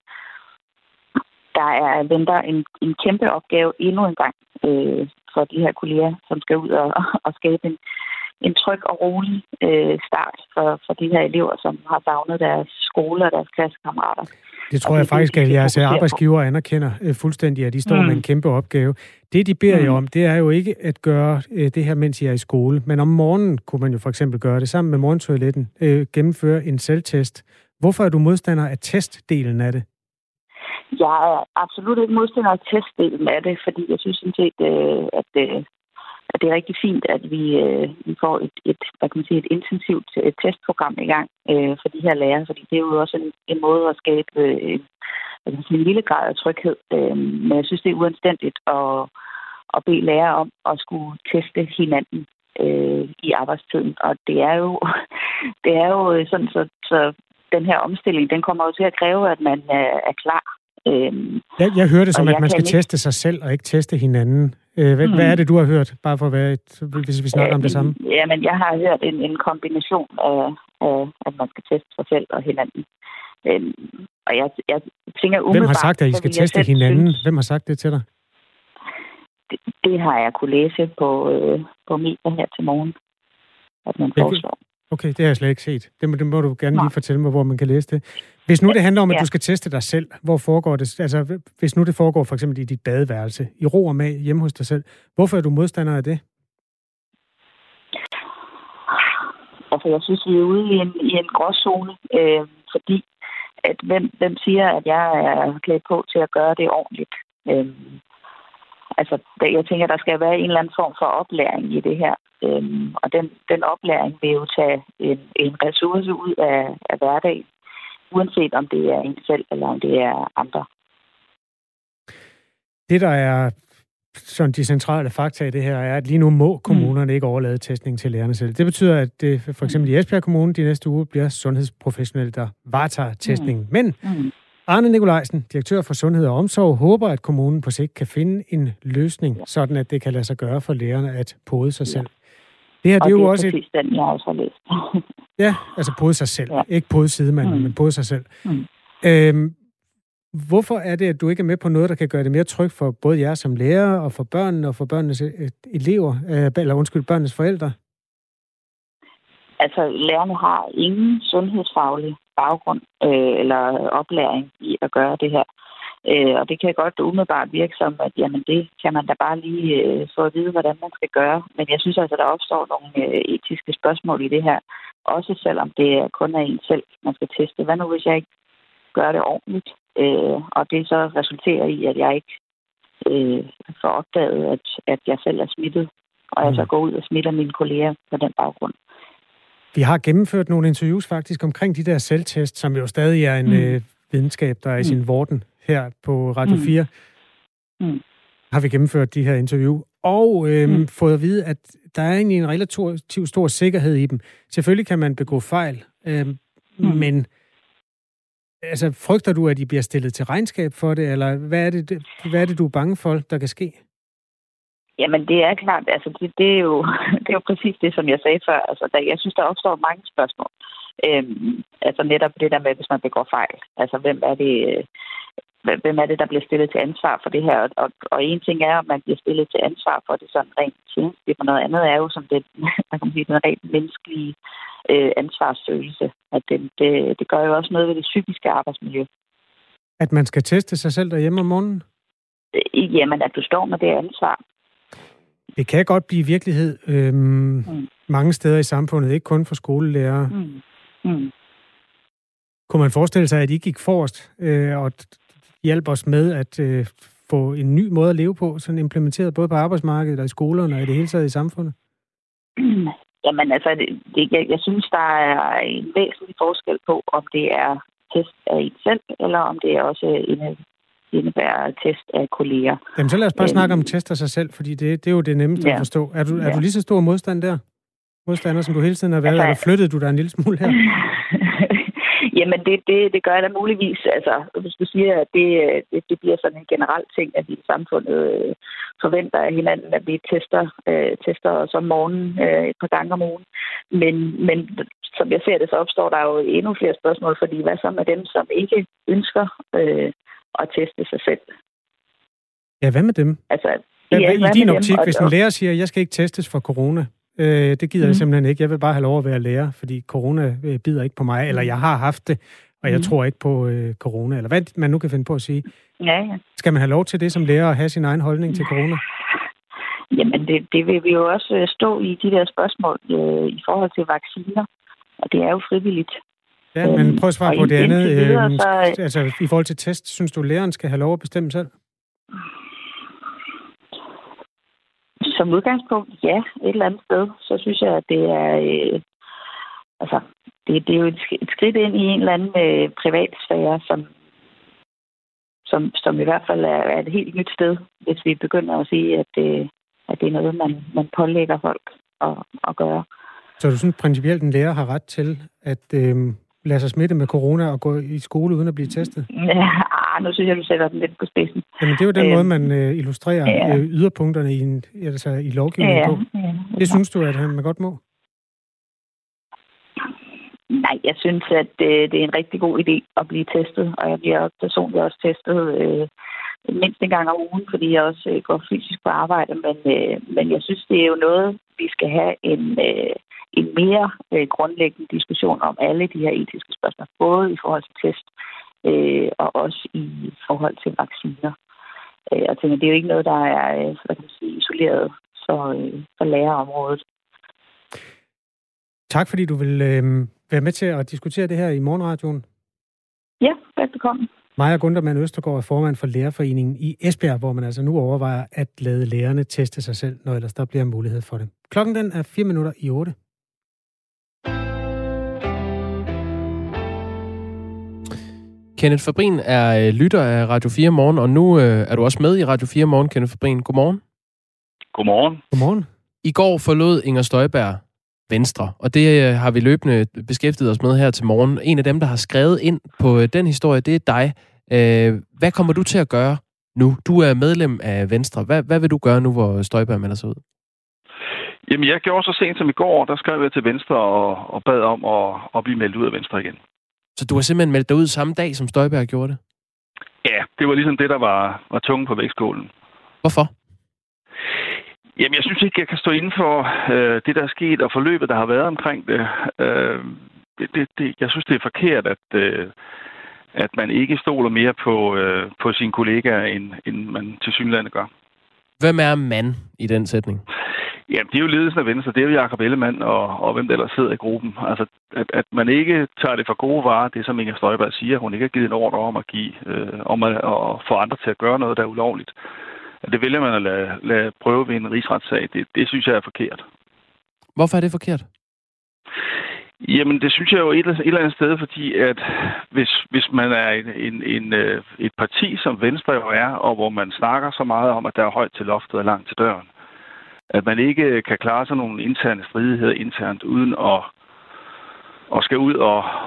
Der venter en kæmpe opgave endnu en gang for de her kolleger, som skal ud og skabe en tryg og rolig start for de her elever, som har savnet deres skole og deres klassekammerater. Det tror jeg faktisk, at jeres arbejdsgiver anerkender fuldstændig, at de står med en kæmpe opgave. Det, de beder jer om, det er jo ikke at gøre det her, mens I er i skole. Men om morgenen kunne man jo for eksempel gøre det sammen med morgentoiletten, gennemføre en selvtest. Hvorfor er du modstander af testdelen af det? Jeg er absolut ikke modstander af testdelen af det, fordi jeg synes sådan set, at det er rigtig fint, at vi får et intensivt testprogram i gang for de her lærere, fordi det er jo også en måde at skabe en lille grad af tryghed. Men jeg synes, det er uanstændigt at bede lærere om at skulle teste hinanden i arbejdstiden. Og det er jo sådan, så den her omstilling, den kommer jo til at kræve, at man er klar. Jeg hører det som, at man skal teste sig selv og ikke teste hinanden. Hvad er det, du har hørt? Bare for at være hvis vi snakker om det samme. Jamen, jeg har hørt en kombination af, at man skal teste sig selv og hinanden. Og jeg tænker umiddelbart... Hvem har sagt, at I skal teste hinanden? Hvem har sagt det til dig? Det har jeg kunne læse på medier her til morgen, at man foreslår. Okay, det har jeg slet ikke set. Det må du gerne lige fortælle mig, hvor man kan læse det. Hvis nu det handler om, at du skal teste dig selv, hvor foregår det? Altså, hvis nu det foregår for eksempel i dit badeværelse, i ro og mag hjemme hos dig selv, hvorfor er du modstander af det? Altså, jeg synes, vi er ude i en gråzone, fordi at hvem siger, at jeg er klædt på til at gøre det ordentligt? Altså, jeg tænker, der skal være en eller anden form for oplæring i det her. Og den oplæring vil jo tage en ressource ud af hverdagen, uanset om det er en selv, eller om det er andre. Det, der er sådan de centrale fakta i det her, er, at lige nu må kommunerne ikke overlade testning til lærerne selv. Det betyder, at det for eksempel i Esbjerg Kommune de næste uge bliver sundhedsprofessionelle, der varetager testningen. Men Arne Nikolajsen, direktør for Sundhed og Omsorg, håber, at kommunen på sigt kan finde en løsning, sådan at det kan lade sig gøre for lærerne at pode sig selv. Det her, det er jo også præcis den, jeg også har læst. Ja, altså pode sig selv. Ja. Ikke pode sidemanden, men pode sig selv. Hvorfor er det, at du ikke er med på noget, der kan gøre det mere trygt for både jer som lærer og for børnene og for børnenes elever, eller børnenes forældre? Altså, lærerne har ingen sundhedsfaglig baggrund eller oplæring i at gøre det her. Og det kan godt umiddelbart virke som, at jamen, det kan man da bare lige få at vide, hvordan man skal gøre. Men jeg synes altså, at der opstår nogle etiske spørgsmål i det her. Også selvom det kun er en selv, man skal teste. Hvad nu, hvis jeg ikke gør det ordentligt? Og det så resulterer i, at jeg ikke får opdaget, at jeg selv er smittet. Og jeg så går ud og smitter mine kolleger på den baggrund. Vi har gennemført nogle interviews faktisk omkring de der selvtest, som jo stadig er en videnskab, der er i sin vorden her på Radio 4. Har vi gennemført de her interview. Og fået at vide, at der er egentlig en relativt stor sikkerhed i dem. Selvfølgelig kan man begå fejl, men altså, frygter du, at I bliver stillet til regnskab for det, eller hvad er det, du er bange for, der kan ske? Jamen, det er klart. Altså, det er jo præcis det, som jeg sagde før. Altså, jeg synes, der opstår mange spørgsmål. Altså, netop det der med, hvis man begår fejl. Altså, hvem er det, der bliver stillet til ansvar for det her? Og en ting er, at man bliver stillet til ansvar for det sådan rent tjenestligt, og noget andet er jo som den rent menneskelige ansvarsfølelse. At det gør jo også noget ved det psykiske arbejdsmiljø. At man skal teste sig selv derhjemme om morgenen? Jamen, at du står med det ansvar. Det kan godt blive virkelighed mange steder i samfundet, ikke kun for skolelærere. Kunne man forestille sig, at I gik forrest og hjælpe os med at få en ny måde at leve på, sådan implementeret både på arbejdsmarkedet og i skolerne og i det hele taget i samfundet? Jamen altså, jeg synes, der er en væsentlig forskel på, om det er test af en selv, eller om det er også indebærer test af kolleger. Jamen så lad os bare snakke om test af sig selv, fordi det er jo det nemmeste at forstå. Er du lige så stor modstander, som du hele tiden har været, eller flyttede du dig en lille smule her? Jamen, det gør jeg da muligvis. Altså, hvis du siger, at det bliver sådan en generel ting, at vi i samfundet forventer af hinanden, at vi tester os om morgenen et par gange om ugen. Men som jeg ser det, så opstår der jo endnu flere spørgsmål, fordi hvad så med dem, som ikke ønsker at teste sig selv? Ja, hvad med dem? Altså, i din optik, hvis en lærer siger, at jeg skal ikke testes for corona, det gider jeg simpelthen ikke. Jeg vil bare have lov at være lærer, fordi corona bider ikke på mig, eller jeg har haft det, og jeg tror ikke på corona, eller hvad man nu kan finde på at sige. Ja. Skal man have lov til det som lærer at have sin egen holdning til corona? Jamen, det vil vi jo også stå i de der spørgsmål i forhold til vacciner, og det er jo frivilligt. Ja, men prøv at svare på det andet. Altså, i forhold til test, synes du, læreren skal have lov at bestemme selv? Som udgangspunkt, ja, et eller andet sted, så synes jeg, at det er, det er jo et skridt ind i en eller anden privatsfære, som i hvert fald er et helt nyt sted, hvis vi begynder at sige, at det er noget, man pålægger folk at gøre. Så du synes principielt, en lærer har ret til at lade sig smitte med corona og gå i skole uden at blive testet? Ja, nu synes jeg, du sætter den lidt på spidsen. Jamen, det er jo den måde, man illustrerer yderpunkterne i lovgivningen på. Det synes du, at man godt må? Nej, jeg synes, at det er en rigtig god idé at blive testet, og jeg bliver personligt også testet mindst en gang om ugen, fordi jeg også går fysisk på arbejde, men jeg synes, det er jo noget, vi skal have en mere grundlæggende diskussion om alle de her etiske spørgsmål, både i forhold til test og også i forhold til vacciner. Jeg tænker, det er jo ikke noget, der er isoleret for lærerområdet. Tak, fordi du vil være med til at diskutere det her i Morgenradioen. Ja, velbekomme. Maja Gundermann Østergaard er formand for Lærerforeningen i Esbjerg, hvor man altså nu overvejer at lade lærerne teste sig selv, når ellers der bliver mulighed for det. Klokken den er 7:04. Kenneth Fabrin er lytter af Radio 4 Morgen, og nu er du også med i Radio 4 Morgen, Kenneth Fabrin. Godmorgen. Godmorgen. Godmorgen. I går forlod Inger Støjberg Venstre, og det har vi løbende beskæftiget os med her til morgen. En af dem, der har skrevet ind på den historie, det er dig. Hvad kommer du til at gøre nu? Du er medlem af Venstre. Hvad vil du gøre nu, hvor Støjberg melder sig ud? Jamen, jeg gjorde så sent som i går, der skrev jeg til Venstre og bad om at blive meldt ud af Venstre igen. Så du har simpelthen meldt dig ud samme dag, som Støjberg gjorde det? Ja, det var ligesom det, der var tungen på vægtskålen. Hvorfor? Jamen, jeg synes ikke, jeg kan stå inden for det, der er sket, og forløbet, der har været omkring det. Jeg synes, det er forkert, at man ikke stoler mere på sine kollegaer, end man tilsyneladende gør. Hvem er mand i den sætning? Jamen, det er jo ledelsen af Venstre. Det er jo Jakob Ellemann og hvem der ellers sidder i gruppen. Altså, at man ikke tager det for gode varer, det som Inger Støjberg siger. Hun ikke har givet en ordre om at få andre til at gøre noget, der er ulovligt. Det vælger man at lade prøve ved en rigsretssag. Det synes jeg er forkert. Hvorfor er det forkert? Jamen, det synes jeg jo et eller andet sted, fordi at hvis man er et parti, som Venstre jo er, og hvor man snakker så meget om, at der er højt til loftet og langt til døren, at man ikke kan klare sig nogle interne stridigheder internt, uden at skal ud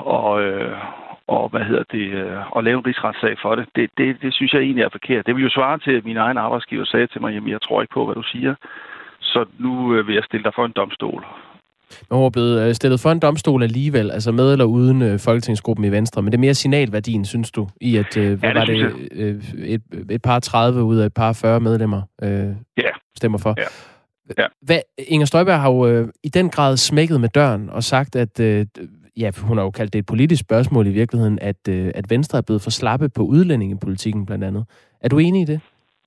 og lave en rigsretssag for det. Det synes jeg egentlig er forkert. Det vil jo svare til, at min egen arbejdsgiver sagde til mig, jamen jeg tror ikke på, hvad du siger, så nu vil jeg stille dig for en domstol. Men hun er blevet stillet for en domstol alligevel, altså med eller uden folketingsgruppen i Venstre, men det er mere signalværdien, synes du, i at et par 30 ud af et par 40 medlemmer stemmer for. Ja. Inger Støjberg har jo i den grad smækket med døren og sagt, at hun har jo kaldt det et politisk spørgsmål i virkeligheden, at Venstre er blevet for slappe på udlændingepolitikken blandt andet. Er du enig i det?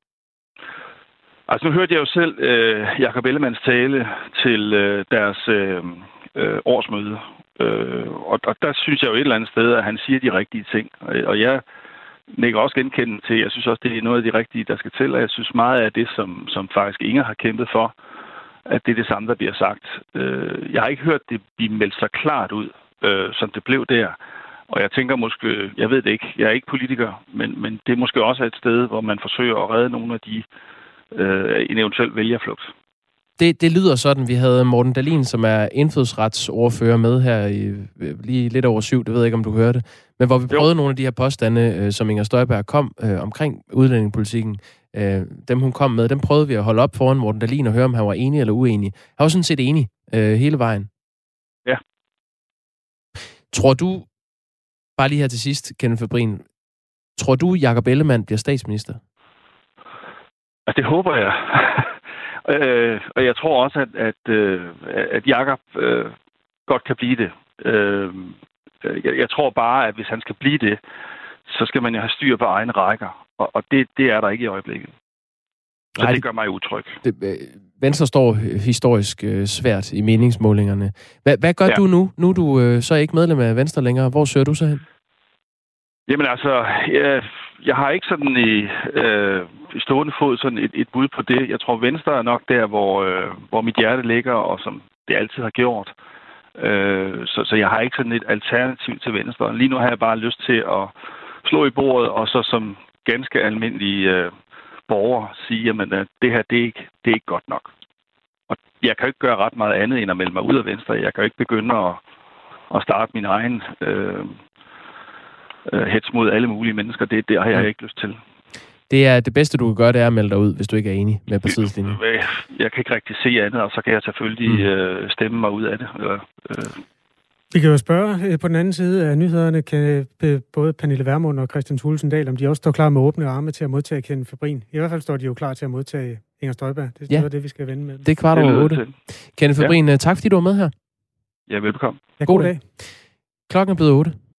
Altså nu hørte jeg jo selv Jakob Ellemanns tale til deres årsmøde, og der synes jeg jo et eller andet sted, at han siger de rigtige ting. Og jeg nikker også genkendende til, jeg synes også, det er noget af de rigtige, der skal til, og jeg synes meget af det, som faktisk Inger har kæmpet for, at det er det samme, der bliver sagt. Jeg har ikke hørt det blive meldt så klart ud, som det blev der. Og jeg tænker måske, jeg ved det ikke, jeg er ikke politiker, men det er måske også et sted, hvor man forsøger at redde nogle af de en eventuel vælgerflugt. Det lyder sådan. Vi havde Morten Dahlin, som er indfødsretsordfører med her i lige lidt over 7, det ved jeg ikke, om du hørte. Men hvor vi prøvede nogle af de her påstande, som Inger Støjberg kom omkring udlændingepolitikken. Dem hun kom med, dem prøvede vi at holde op foran Morten Dahlin og høre, om han var enig eller uenig. Han var sådan set enig hele vejen. Ja. Tror du, bare lige her til sidst, Kenneth Fabrin, tror du, Jakob Ellemann bliver statsminister? Altså, det håber jeg. Og jeg tror også, at Jakob godt kan blive det. Jeg tror bare, at hvis han skal blive det, så skal man jo have styr på egne rækker. Og det er der ikke i øjeblikket. Så det gør mig utryg. Venstre står historisk svært i meningsmålingerne. Hvad gør du nu? Nu er du så ikke medlem af Venstre længere. Hvor søger du så hen? Jamen altså, jeg har ikke sådan i stående fod sådan et bud på det. Jeg tror, Venstre er nok der, hvor mit hjerte ligger, og som det altid har gjort. Så jeg har ikke sådan et alternativ til Venstre. Lige nu har jeg bare lyst til at slå i bordet, og så som ganske almindelige borgere sige, at det her, det er ikke godt nok. Og jeg kan jo ikke gøre ret meget andet, end at melde mig ud af Venstre. Jeg kan jo ikke begynde at starte min egen hets mod alle mulige mennesker. Det har jeg ikke lyst til. Det er det bedste, du kan gøre, det er at melde dig ud, hvis du ikke er enig med partiets linje. Jeg kan ikke rigtig se andet, og så kan jeg selvfølgelig stemme mig ud af det. Vi kan jo spørge på den anden side af nyhederne, kan både Pernille Vermund og Kristian Thulesen Dahl, om de også står klar med åbne arme til at modtage Kenneth Fabrin. I hvert fald står de jo klar til at modtage Inger Støjberg. Det er det, vi skal vende med. Det er 7:15. Kenneth Fabrin, tak fordi du var med her. Ja, velbekomme. Ja, god dag. Klokken er blevet 8.